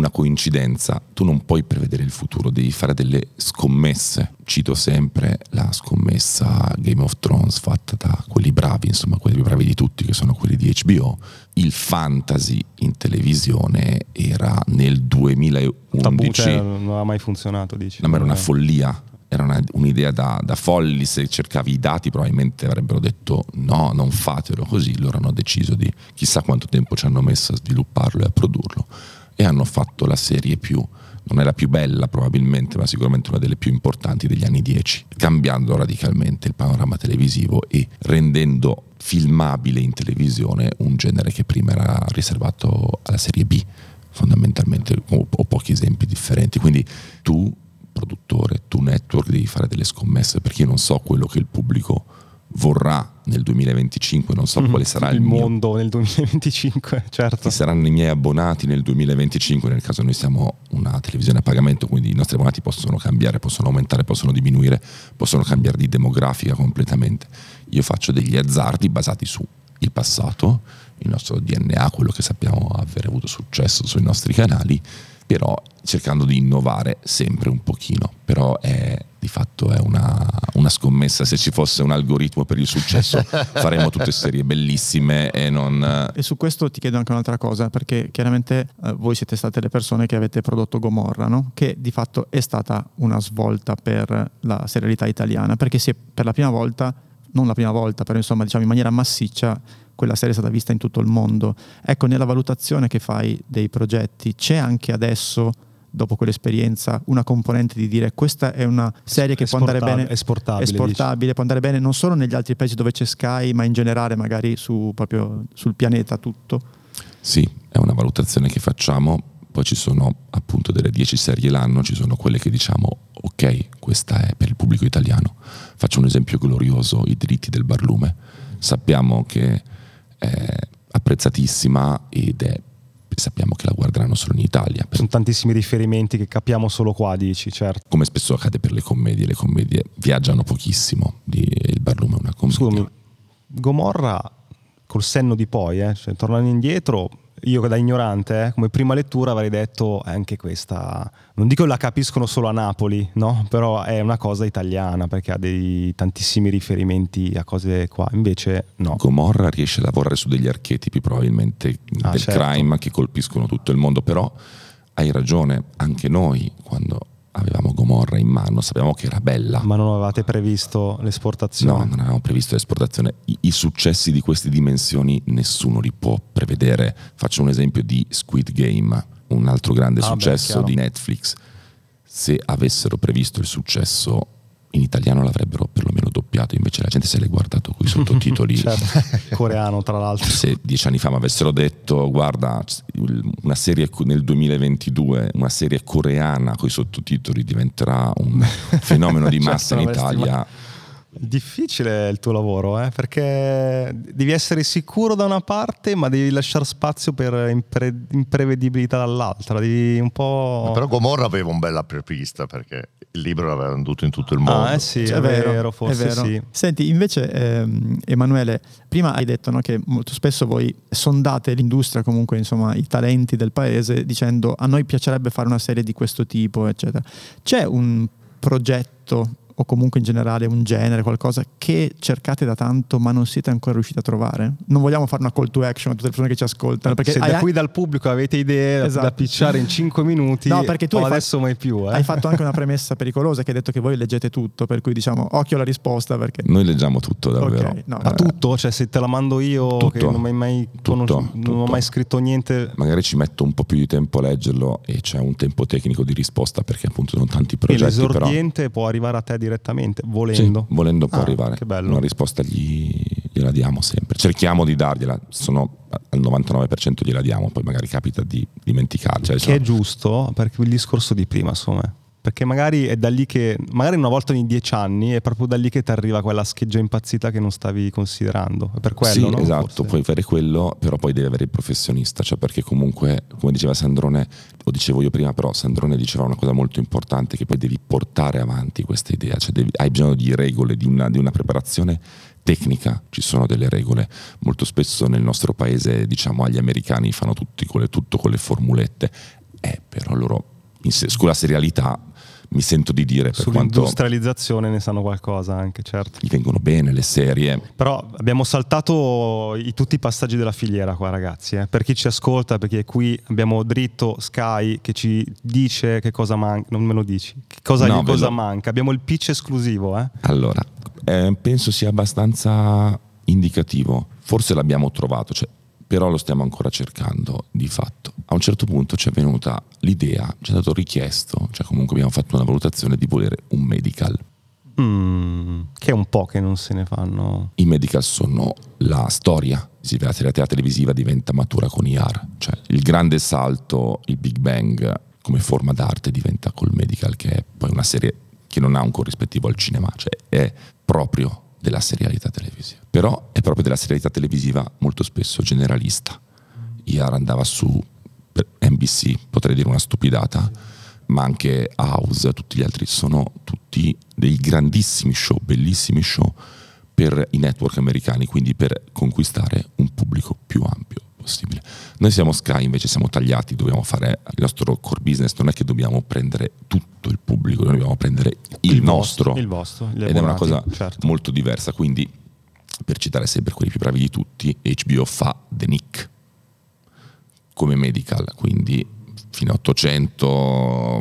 una coincidenza, tu non puoi prevedere il futuro, devi fare delle scommesse. Cito sempre la scommessa Game of Thrones fatta da quelli bravi, insomma quelli più bravi di tutti, che sono quelli di H B O. Il fantasy in televisione era nel duemilaundici. Tabù, cioè, non ha mai funzionato, dici? No, ma era una follia. Era una, un'idea da, da folli. Se cercavi i dati probabilmente avrebbero detto no, non fatelo così. Loro hanno deciso di, chissà quanto tempo ci hanno messo a svilupparlo e a produrlo, e hanno fatto la serie più, non è la più bella probabilmente, ma sicuramente una delle più importanti degli anni dieci, cambiando radicalmente il panorama televisivo e rendendo filmabile in televisione un genere che prima era riservato alla serie B fondamentalmente, o, o pochi esempi differenti. Quindi tu produttore, tu network, devi fare delle scommesse, perché io non so quello che il pubblico vorrà nel duemilaventicinque, non so mm, quale sarà il, il mio, mondo nel duemilaventicinque, certo. Chi saranno i miei abbonati nel duemilaventicinque, nel caso noi siamo una televisione a pagamento, quindi i nostri abbonati possono cambiare, possono aumentare, possono diminuire, possono cambiare di demografica completamente. Io faccio degli azzardi basati su il passato, il nostro D N A, quello che sappiamo aver avuto successo sui nostri canali, però cercando di innovare sempre un pochino. Però è, di fatto è una, una scommessa. Se ci fosse un algoritmo per il successo faremmo tutte serie bellissime e non... E su questo ti chiedo anche un'altra cosa, perché chiaramente eh, voi siete state le persone che avete prodotto Gomorra, no? Che di fatto è stata una svolta per la serialità italiana, perché si è per la prima volta, non la prima volta, però insomma diciamo in maniera massiccia, quella serie è stata vista in tutto il mondo. Ecco, nella valutazione che fai dei progetti c'è anche adesso, dopo quell'esperienza, una componente di dire questa è una serie che può andare bene, esportabile, esportabile può andare bene non solo negli altri paesi dove c'è Sky, ma in generale magari su, proprio sul pianeta tutto? Sì, è una valutazione che facciamo. Poi ci sono appunto delle dieci serie l'anno, ci sono quelle che diciamo ok, questa è per il pubblico italiano. Faccio un esempio glorioso: I diritti del barlume. Sappiamo che è apprezzatissima ed è, sappiamo che la guarderanno solo in Italia. Sono tantissimi riferimenti che capiamo solo qua, dici, certo. Come spesso accade per le commedie, le commedie viaggiano pochissimo. Il barlume è una commedia. Scusami, Gomorra col senno di poi, eh, cioè, tornando indietro, io da ignorante, eh, come prima lettura avrei detto eh, anche questa, non dico la capiscono solo a Napoli, no? Però è una cosa italiana perché ha dei tantissimi riferimenti a cose qua, invece no. Gomorra riesce a lavorare su degli archetipi probabilmente ah, del certo. crime che colpiscono tutto il mondo, però hai ragione, anche noi quando avevamo Gomorra in mano sapevamo che era bella. Ma non avevate previsto l'esportazione? No, non avevamo previsto l'esportazione. I, i successi di queste dimensioni nessuno li può prevedere. Faccio un esempio di Squid Game, un altro grande ah, successo beh, di Netflix. Se avessero previsto il successo in italiano l'avrebbero perlomeno doppiato, invece la gente se l'è guardato coi sottotitoli. Certo. Coreano tra l'altro. Se dieci anni fa mi avessero detto guarda, una serie nel duemilaventidue, una serie coreana coi sottotitoli diventerà un fenomeno di massa certo, in Italia. Ma... difficile il tuo lavoro, eh? Perché devi essere sicuro da una parte, ma devi lasciare spazio per impre- imprevedibilità dall'altra. Devi un po'. Ma però Gomorra aveva un bel apripista perché il libro l'aveva venduto in tutto il mondo. Ah, eh sì, cioè, è vero, vero forse è vero. sì. Senti, invece, ehm, Emanuele, prima hai detto, no, che molto spesso voi sondate l'industria, comunque insomma i talenti del paese, dicendo a noi piacerebbe fare una serie di questo tipo, eccetera. C'è un progetto o comunque in generale un genere, qualcosa che cercate da tanto ma non siete ancora riusciti a trovare? Non vogliamo fare una call to action a tutte le persone che ci ascoltano, perché se hai... da qui dal pubblico avete idee esatto. da picciare in cinque minuti, no, perché tu o hai adesso fatto, mai più eh? hai fatto anche una premessa pericolosa, che hai detto che voi leggete tutto, per cui diciamo occhio alla risposta, perché noi leggiamo tutto davvero. Okay, no. Ma tutto? Cioè se te la mando io tutto, che non hai mai conosci- tutto, non tutto. ho mai scritto niente, magari ci metto un po' più di tempo a leggerlo e c'è un tempo tecnico di risposta perché appunto sono tanti progetti. e l'esordiente però... può arrivare a te direttamente volendo. Sì, volendo può ah, arrivare. Che bello. Una risposta gli, gliela diamo sempre. Cerchiamo di dargliela, sono al novantanove per cento gliela diamo, poi magari capita di dimenticarci. Cioè, che sono... è giusto, perché il discorso di prima, insomma. Perché magari è da lì che, magari una volta ogni dieci anni, è proprio da lì che ti arriva quella scheggia impazzita che non stavi considerando. È per quello, sì, no? esatto, Forse. puoi fare quello, però poi devi avere il professionista, cioè perché comunque, come diceva Sandrone, lo dicevo io prima, però Sandrone diceva una cosa molto importante, che poi devi portare avanti questa idea, cioè devi, hai bisogno di regole, di una, di una preparazione tecnica. Ci sono delle regole. Molto spesso nel nostro paese, diciamo, agli americani fanno tutti con le, tutto con le formulette. eh, però loro in se- sulla serialità mi sento di dire, per quanto sull'industrializzazione ne sanno qualcosa anche, certo. gli vengono bene le serie. Però abbiamo saltato i, tutti i passaggi della filiera qua, ragazzi, eh. Per chi ci ascolta, perché qui abbiamo dritto Sky che ci dice che cosa manca, non me lo dici, che cosa, No, gli cosa vedo- manca, abbiamo il pitch esclusivo, eh. Allora, eh, penso sia abbastanza indicativo, forse l'abbiamo trovato, cioè, però lo stiamo ancora cercando di fatto. A un certo punto ci è venuta l'idea, ci è stato richiesto, cioè comunque abbiamo fatto una valutazione di volere un medical. Mm, che è un po' che non se ne fanno. I medical sono la storia, la serie televisiva diventa matura con I R, cioè il grande salto, il Big Bang come forma d'arte diventa col medical, che è poi una serie che non ha un corrispettivo al cinema, cioè è proprio della serialità televisiva, però è proprio della serialità televisiva molto spesso generalista. I R andava su per N B C, potrei dire una stupidata, ma anche House, tutti gli altri sono tutti dei grandissimi show, bellissimi show per i network americani, quindi per conquistare un pubblico più ampio possibile. Noi siamo Sky, invece siamo tagliati, dobbiamo fare il nostro core business, non è che dobbiamo prendere tutto il pubblico, noi dobbiamo prendere il, Il nostro, vostro, il vostro, gli ed è una abbonati, cosa certo. molto diversa. Quindi, per citare sempre quelli più bravi di tutti, H B O fa The Nick come medical, quindi fine ottocento,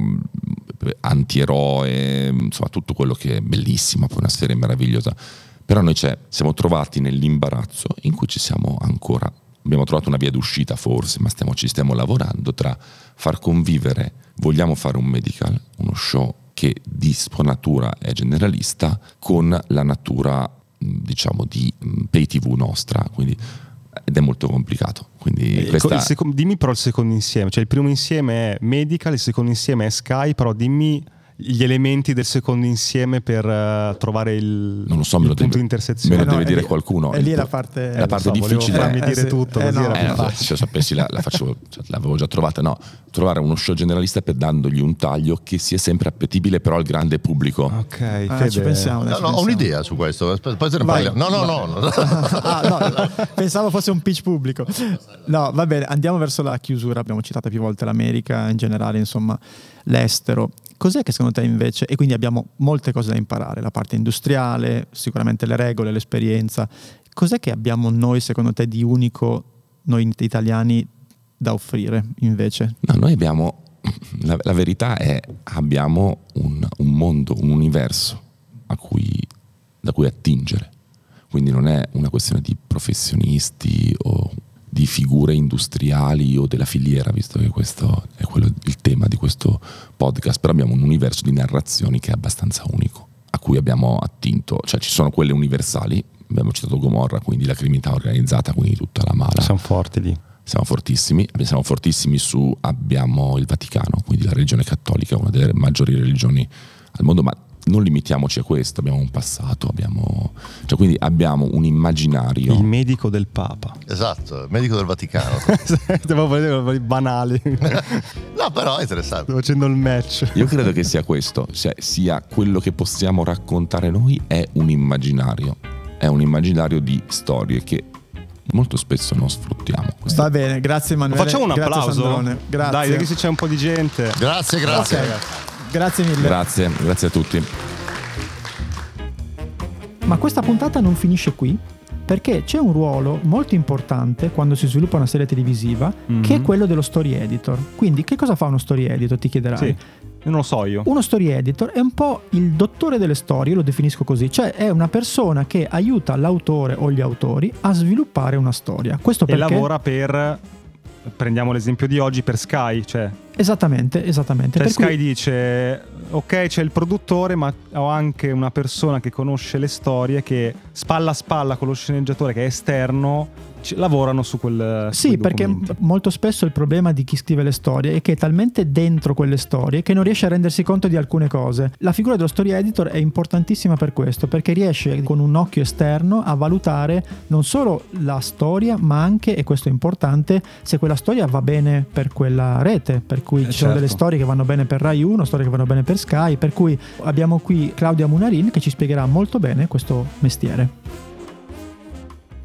antieroe, insomma tutto quello che è bellissimo, poi una serie meravigliosa. Però noi c'è, siamo trovati nell'imbarazzo in cui ci siamo ancora, abbiamo trovato una via d'uscita forse, ma stiamo, ci stiamo lavorando tra far convivere, vogliamo fare un medical, uno show che di sua natura è generalista, con la natura diciamo di pay tivù nostra, quindi ed è molto complicato. Quindi questa... il seco- dimmi però il secondo insieme, cioè il primo insieme è medical, il secondo insieme è Sky, però dimmi gli elementi del secondo insieme per uh, trovare il, non lo so, me il lo punto deve, di intersezione. me lo No, deve è dire lì- qualcuno. è lì la parte- è la parte so, volevo difficile. farmi Eh, dire sì, tutto, eh, così no, era più eh, Eh, facile. se sapessi la, la facevo, cioè, l'avevo già trovata. No, trovare uno show generalista per dandogli un taglio che sia sempre appetibile però al grande pubblico. Ok, Ah, Fede. ci pensiamo. No, ci no, ho pensiamo. un'idea su questo. Aspetta, poi te ne Vai. parliamo. No, no, no. no. Ah, no, pensavo fosse un pitch pubblico. No, va bene, andiamo verso la chiusura. Abbiamo citato più volte l'America, in generale, insomma, l'estero. Cos'è che secondo te invece, e quindi abbiamo molte cose da imparare, la parte industriale, sicuramente le regole, l'esperienza. Cos'è che abbiamo noi, secondo te, di unico, noi italiani, da offrire invece? No, noi abbiamo, la, la verità è, abbiamo un, un mondo, un universo a cui, da cui attingere. Quindi non è una questione di professionisti o di figure industriali o della filiera, visto che questo è quello, il tema di questo podcast, però abbiamo un universo di narrazioni che è abbastanza unico, a cui abbiamo attinto, cioè ci sono quelle universali, abbiamo citato Gomorra, quindi la criminalità organizzata, quindi tutta la mala. Siamo forti lì. Siamo fortissimi, siamo fortissimi su, abbiamo il Vaticano, quindi la religione cattolica, una delle maggiori religioni al mondo, ma non limitiamoci a questo, abbiamo un passato, abbiamo, cioè quindi abbiamo un immaginario. Il medico del Papa. Esatto, il medico del Vaticano. Stiamo facendo i banali. No, però è interessante. Sto facendo il match. Io credo che sia questo, cioè sia quello che possiamo raccontare noi è un immaginario, è un immaginario di storie che molto spesso non sfruttiamo. Questo- Va bene, grazie Emanuele. Facciamo un Grazie, applauso? Sandrone. Grazie. Dai, vedi se c'è un po' di gente. Grazie, grazie. Ok. Grazie mille. Grazie, grazie a tutti. Ma questa puntata non finisce qui, perché c'è un ruolo molto importante quando si sviluppa una serie televisiva, Mhm. che è quello dello story editor. Quindi che cosa fa uno story editor, ti chiederai? Sì, non lo so io. Uno story editor è un po' il dottore delle storie, lo definisco così, cioè è una persona che aiuta l'autore o gli autori a sviluppare una storia. Questo E perché lavora per, prendiamo l'esempio di oggi, per Sky, cioè, Esattamente, esattamente. cioè Per Sky cui- dice ok, c'è il produttore, ma ho anche una persona che conosce le storie, che spalla a spalla con lo sceneggiatore che è esterno ci- lavorano su quel su Sì, quei perché documenti. molto spesso il problema di chi scrive le storie è che è talmente dentro quelle storie che non riesce a rendersi conto di alcune cose. La figura dello story editor è importantissima per questo, perché riesce con un occhio esterno a valutare non solo la storia, ma anche, e questo è importante, se quella storia va bene per quella rete, per cui Eh, ci sono certo. delle storie che vanno bene per Rai uno, storie che vanno bene per Sky, per cui abbiamo qui Claudia Munarin che ci spiegherà molto bene questo mestiere.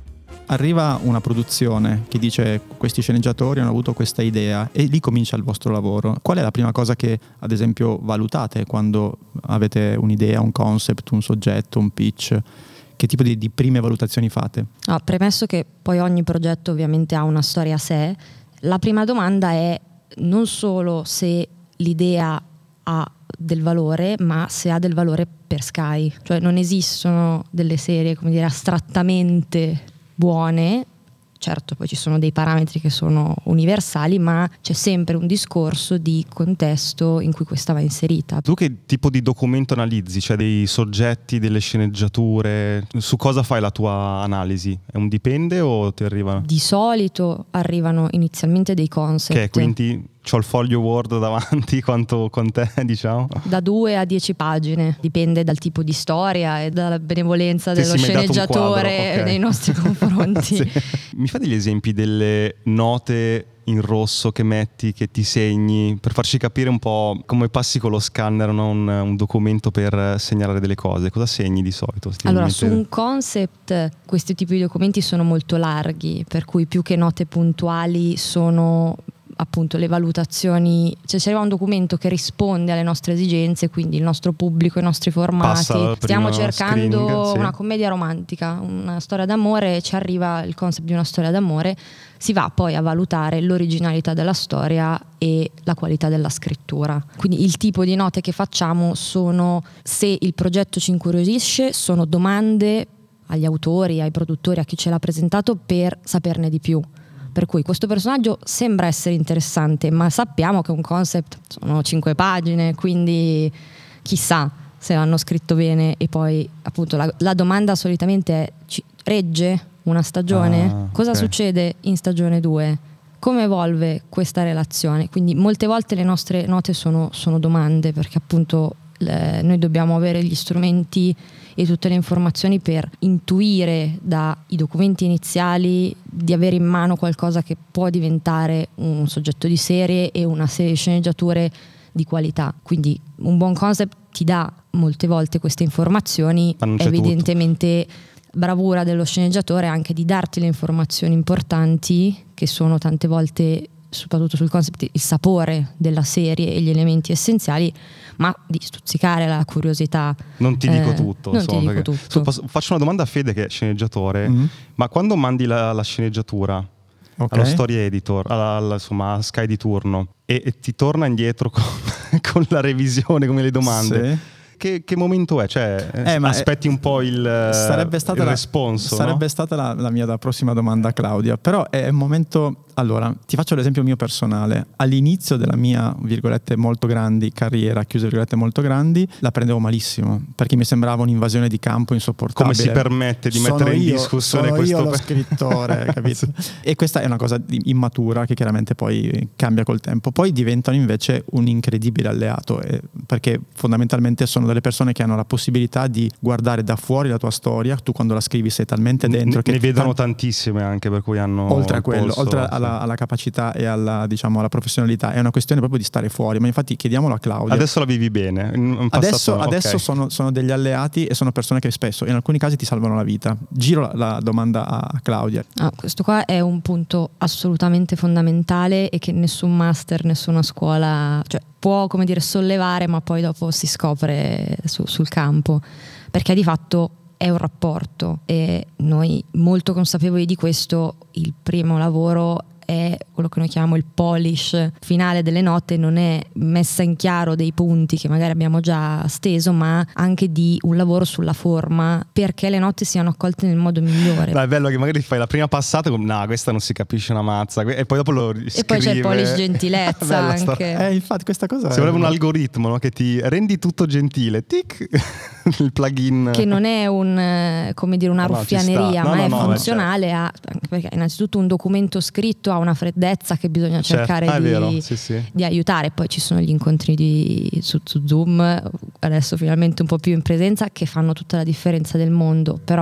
arriva una produzione che dice questi sceneggiatori hanno avuto questa idea e lì comincia il vostro lavoro, qual è la prima cosa che ad esempio valutate quando avete un'idea, un concept, un soggetto, un pitch? Che tipo di, di prime valutazioni fate? Ah, premesso che poi ogni progetto ovviamente ha una storia a sé, la prima domanda è non solo se l'idea ha del valore, ma se ha del valore per Sky. Cioè non esistono delle serie, come dire, astrattamente buone. Certo, poi ci sono dei parametri che sono universali, ma c'è sempre un discorso di contesto in cui questa va inserita. Tu che tipo di documento analizzi? Cioè dei soggetti, delle sceneggiature? Su cosa fai la tua analisi? È un dipende o ti arriva? Di solito arrivano inizialmente dei concept. Che quindi c'ho il foglio Word davanti, quanto quant'è, diciamo? Da due a dieci pagine, dipende dal tipo di storia e dalla benevolenza Ti dello sceneggiatore okay. nei nostri confronti. Sì. Mi fai degli esempi delle note in rosso che metti, che ti segni, per farci capire un po' come passi con lo scanner, no? un, un documento per segnalare delle cose? Cosa segni di solito? Allora, su un concept questi tipi di documenti sono molto larghi, per cui più che note puntuali sono appunto le valutazioni, cioè se arriva un documento che risponde alle nostre esigenze, quindi il nostro pubblico, i nostri formati, stiamo cercando sì. una commedia romantica, una storia d'amore, ci arriva il concept di una storia d'amore, si va poi a valutare l'originalità della storia e la qualità della scrittura. Quindi il tipo di note che facciamo sono, se il progetto ci incuriosisce, sono domande agli autori, ai produttori, a chi ce l'ha presentato per saperne di più. Per cui questo personaggio sembra essere interessante, ma sappiamo che un concept sono cinque pagine, quindi chissà se l'hanno scritto bene. E poi appunto la, la domanda solitamente è: ci, regge una stagione? Ah, Cosa okay. succede in stagione due? Come evolve questa relazione? Quindi molte volte le nostre note sono, sono domande, perché appunto le, noi dobbiamo avere gli strumenti e tutte le informazioni per intuire dai documenti iniziali di avere in mano qualcosa che può diventare un soggetto di serie e una serie di sceneggiature di qualità. Quindi un buon concept ti dà molte volte queste informazioni, evidentemente tutto. Bravura dello sceneggiatore anche di darti le informazioni importanti, che sono tante volte, soprattutto sul concept, il sapore della serie e gli elementi essenziali, ma di stuzzicare la curiosità. Non ti dico eh, tutto. Non insomma, ti dico tutto. So, faccio una domanda a Fede, che è sceneggiatore, mm-hmm. ma quando mandi la, la sceneggiatura okay. allo story editor, alla, alla, insomma a Sky di turno, e, e ti torna indietro con, con la revisione, come le domande, sì. Che, che momento è? Cioè, eh, aspetti è, un po' il, sarebbe stata il la, responso. Sarebbe no? stata la, la mia la prossima domanda a Claudia. Però è un momento. Allora, ti faccio l'esempio mio personale. All'inizio della mia, virgolette, molto grandi carriera, chiuse virgolette molto grandi, la prendevo malissimo, perché mi sembrava un'invasione di campo insopportabile. Come si permette di sono mettere in io, discussione sono questo? Sono io lo scrittore, capito? E questa è una cosa immatura che chiaramente poi cambia col tempo. Poi diventano invece un incredibile alleato, eh, perché fondamentalmente sono delle persone che hanno la possibilità di guardare da fuori la tua storia. Tu quando la scrivi sei talmente dentro ne, che ne vedono t- tantissime, anche per cui hanno oltre a quello, polso, oltre alla Alla, alla capacità e alla, diciamo, alla professionalità, è una questione proprio di stare fuori. Ma infatti chiediamolo a Claudia. Adesso la vivi bene? In adesso passato, adesso okay. sono, sono degli alleati e sono persone che spesso in alcuni casi ti salvano la vita. Giro la, la domanda a Claudia. Ah, questo qua è un punto assolutamente fondamentale e che nessun master, nessuna scuola, cioè, può, come dire, sollevare, ma poi dopo si scopre su, sul campo, perché di fatto è un rapporto, e noi molto consapevoli di questo. Il primo lavoro è quello che noi chiamiamo il polish finale delle note, non è messa in chiaro dei punti che magari abbiamo già steso, ma anche di un lavoro sulla forma, perché le note siano accolte nel modo migliore. No, è bello che magari fai la prima passata con no, questa non si capisce una mazza, e poi dopo lo riscrive. E poi c'è il polish gentilezza anche. Eh, infatti questa cosa sembra un algoritmo, no? Che ti rendi tutto gentile, tic, il plugin. Che non è un, come dire, una no, ruffianeria, no, ma no, è no, funzionale a, perché innanzitutto un documento scritto ha una freddezza che bisogna cercare certo. ah, di, vero. Sì, sì. di aiutare. Poi ci sono gli incontri di, su, su Zoom, adesso finalmente un po' più in presenza, che fanno tutta la differenza del mondo. Però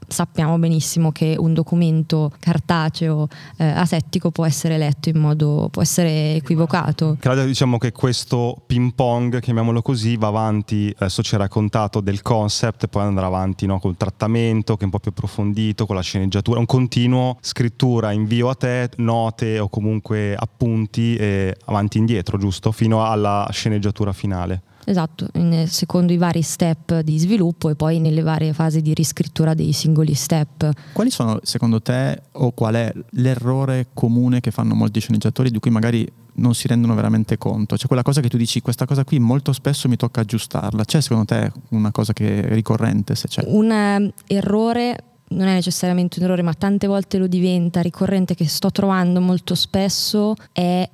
sappiamo benissimo che un documento cartaceo eh, asettico può essere letto in modo, può essere equivocato. Claudia, diciamo che questo ping pong, chiamiamolo così, va avanti. Adesso ci hai raccontato del concept, poi andrà avanti, no, col trattamento che è un po' più approfondito, con la sceneggiatura, un continuo scrittura, invio a te, note o comunque appunti e avanti e indietro, giusto? Fino alla sceneggiatura finale. Esatto, in, secondo i vari step di sviluppo e poi nelle varie fasi di riscrittura dei singoli step. Quali sono secondo te, o qual è l'errore comune che fanno molti sceneggiatori di cui magari non si rendono veramente conto? Cioè quella cosa che tu dici, questa cosa qui molto spesso mi tocca aggiustarla. C'è secondo te una cosa che è ricorrente, se c'è? Un eh, errore, non è necessariamente un errore, ma tante volte lo diventa, ricorrente, che sto trovando molto spesso, è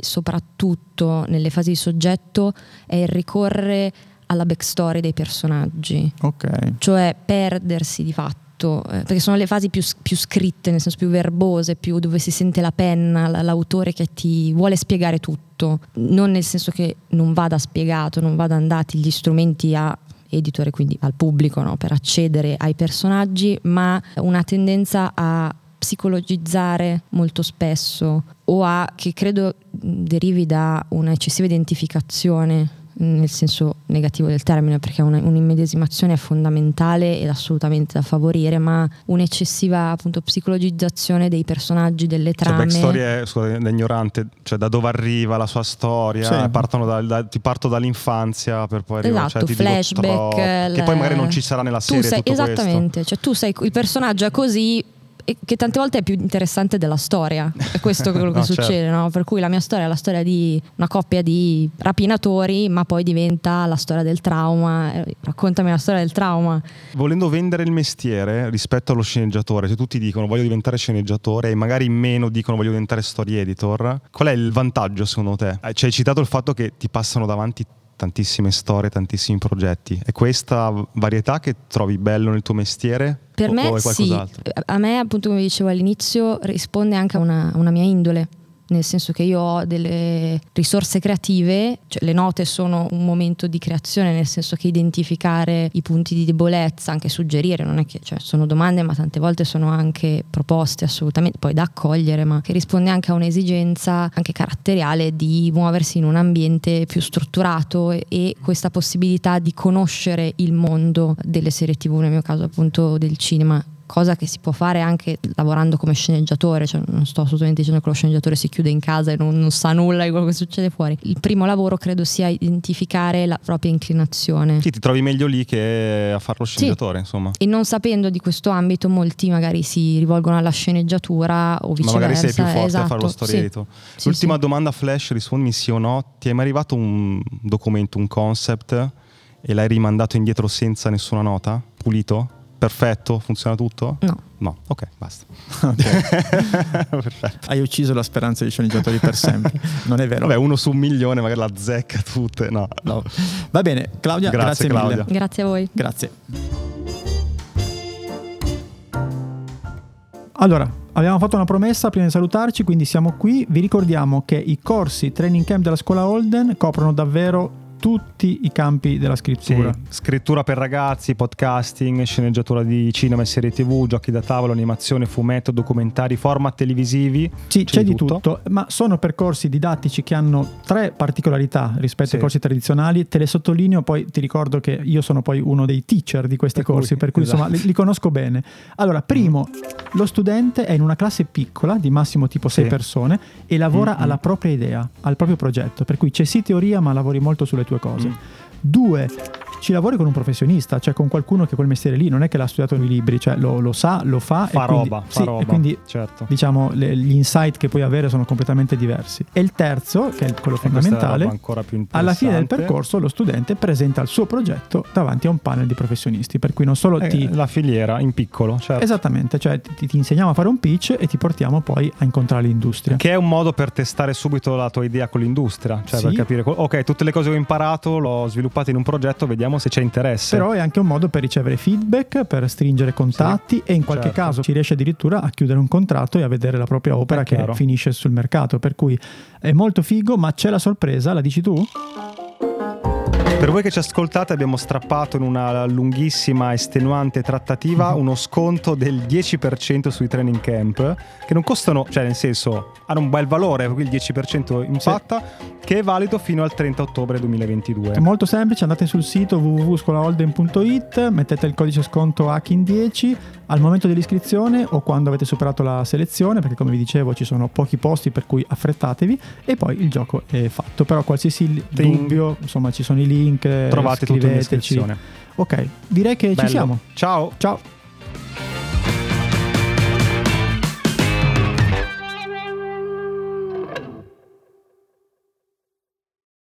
soprattutto nelle fasi di soggetto, è il ricorrere alla backstory dei personaggi. Ok. Cioè perdersi di fatto, eh, perché sono le fasi più, più scritte, nel senso più verbose, più dove si sente la penna, l'autore che ti vuole spiegare tutto, non nel senso che non vada spiegato, non vada andati gli strumenti a editore, quindi al pubblico, no, per accedere ai personaggi, ma una tendenza a psicologizzare molto spesso, o a, che credo derivi da una eccessiva identificazione nel senso negativo del termine, perché una, un'immedesimazione è fondamentale ed assolutamente da favorire, ma un'eccessiva appunto psicologizzazione dei personaggi, delle trame. Cioè, backstory è, scusa, da ignorante, cioè da dove arriva la sua storia, sì. partono da, da, ti parto dall'infanzia per poi arrivare, esatto, cioè, ti flashback, dico, tro- che poi magari non ci sarà nella serie, tu sei, tutto esattamente, questo. Cioè tu sei, il personaggio è così, che tante volte è più interessante della storia, è questo quello che no, succede, certo. no? Per cui la mia storia è la storia di una coppia di rapinatori, ma poi diventa la storia del trauma. Raccontami la storia del trauma. Volendo vendere il mestiere rispetto allo sceneggiatore, cioè tutti dicono voglio diventare sceneggiatore e magari meno dicono voglio diventare story editor, qual è il vantaggio secondo te? Cioè, hai citato il fatto che ti passano davanti tantissime storie, tantissimi progetti. È questa varietà che trovi bello nel tuo mestiere? Per o, me o è sì, a me appunto, come dicevo all'inizio, risponde anche a una, una mia indole, nel senso che io ho delle risorse creative, cioè le note sono un momento di creazione, nel senso che identificare i punti di debolezza, anche suggerire, non è che, cioè, sono domande, ma tante volte sono anche proposte assolutamente poi da accogliere, ma che risponde anche a un'esigenza anche caratteriale di muoversi in un ambiente più strutturato, e, e questa possibilità di conoscere il mondo delle serie tivù, nel mio caso appunto del cinema, cosa che si può fare anche lavorando come sceneggiatore. Cioè, non sto assolutamente dicendo che lo sceneggiatore si chiude in casa e non, non sa nulla di quello che succede fuori. Il primo lavoro credo sia identificare la propria inclinazione. Sì, ti trovi meglio lì che a fare lo sceneggiatore, sì. Insomma. E non sapendo di questo ambito, molti magari si rivolgono alla sceneggiatura o viceversa. Ma magari sei più forte esatto. a fare lo story sì. editor. Sì, L'ultima sì. domanda flash, rispondimi sì o no. Ti è mai arrivato un documento, un concept e l'hai rimandato indietro senza nessuna nota? Pulito? Perfetto? Funziona tutto? No. No, ok, basta. Okay. Perfetto. Hai ucciso la speranza dei sceneggiatori per sempre. Non è vero? Vabbè, uno su un milione magari la zecca tutte. No. No. Va bene, Claudia, Grazie, grazie Claudia. mille. Grazie a voi. Grazie. Allora, abbiamo fatto una promessa prima di salutarci, quindi siamo qui. Vi ricordiamo che i corsi Training Camp della Scuola Holden coprono davvero tutti i campi della scrittura. Sì, scrittura per ragazzi, podcasting, sceneggiatura di cinema e serie tv, giochi da tavolo, animazione, fumetto, documentari, format televisivi. Sì, c'è, c'è di tutto. tutto, ma sono percorsi didattici che hanno tre particolarità rispetto sì. ai corsi tradizionali. Te le sottolineo, poi ti ricordo che io sono poi uno dei teacher di questi per corsi, cui, per cui esatto. insomma li, li conosco bene. Allora, primo, mm. lo studente è in una classe piccola, di massimo tipo sei sì. persone, e lavora mm-hmm. alla propria idea, al proprio progetto, per cui c'è sì teoria, ma lavori molto sulle tue cose. Mm. Due, ci lavori con un professionista, cioè con qualcuno che quel mestiere lì non è che l'ha studiato nei libri, cioè lo, lo sa, lo fa, fa e quindi, roba, sì, fa roba, e quindi certo. diciamo le, gli insight che puoi avere sono completamente diversi. E il terzo, che è quello e fondamentale, ancora più alla fine del percorso lo studente presenta il suo progetto davanti a un panel di professionisti, per cui non solo eh, ti... la filiera in piccolo, certo. Esattamente, cioè ti, ti insegniamo a fare un pitch e ti portiamo poi a incontrare l'industria. Che è un modo per testare subito la tua idea con l'industria, cioè sì. per capire, ok, tutte le cose che ho imparato l'ho sviluppate in un progetto, vediamo se c'è interesse. Però è anche un modo per ricevere feedback, per stringere contatti sì, e in qualche certo. caso ci riesce addirittura a chiudere un contratto e a vedere la propria opera che finisce sul mercato, per cui è molto figo, ma c'è la sorpresa, la dici tu? Per voi che ci ascoltate abbiamo strappato in una lunghissima estenuante trattativa uno sconto del dieci per cento sui training camp, che non costano, cioè nel senso hanno un bel valore, per cui il dieci per cento impatta, sì, che è valido fino al trenta ottobre duemilaventidue. È molto semplice, andate sul sito w w w punto scolaholden punto i t, mettete il codice sconto H in dieci al momento dell'iscrizione o quando avete superato la selezione, perché come vi dicevo ci sono pochi posti, per cui affrettatevi, e poi il gioco è fatto. Però qualsiasi dubbio, insomma, ci sono i link, trovate tutto in scriveteci. descrizione. Ok, direi che Bello. ci siamo. Ciao. Ciao.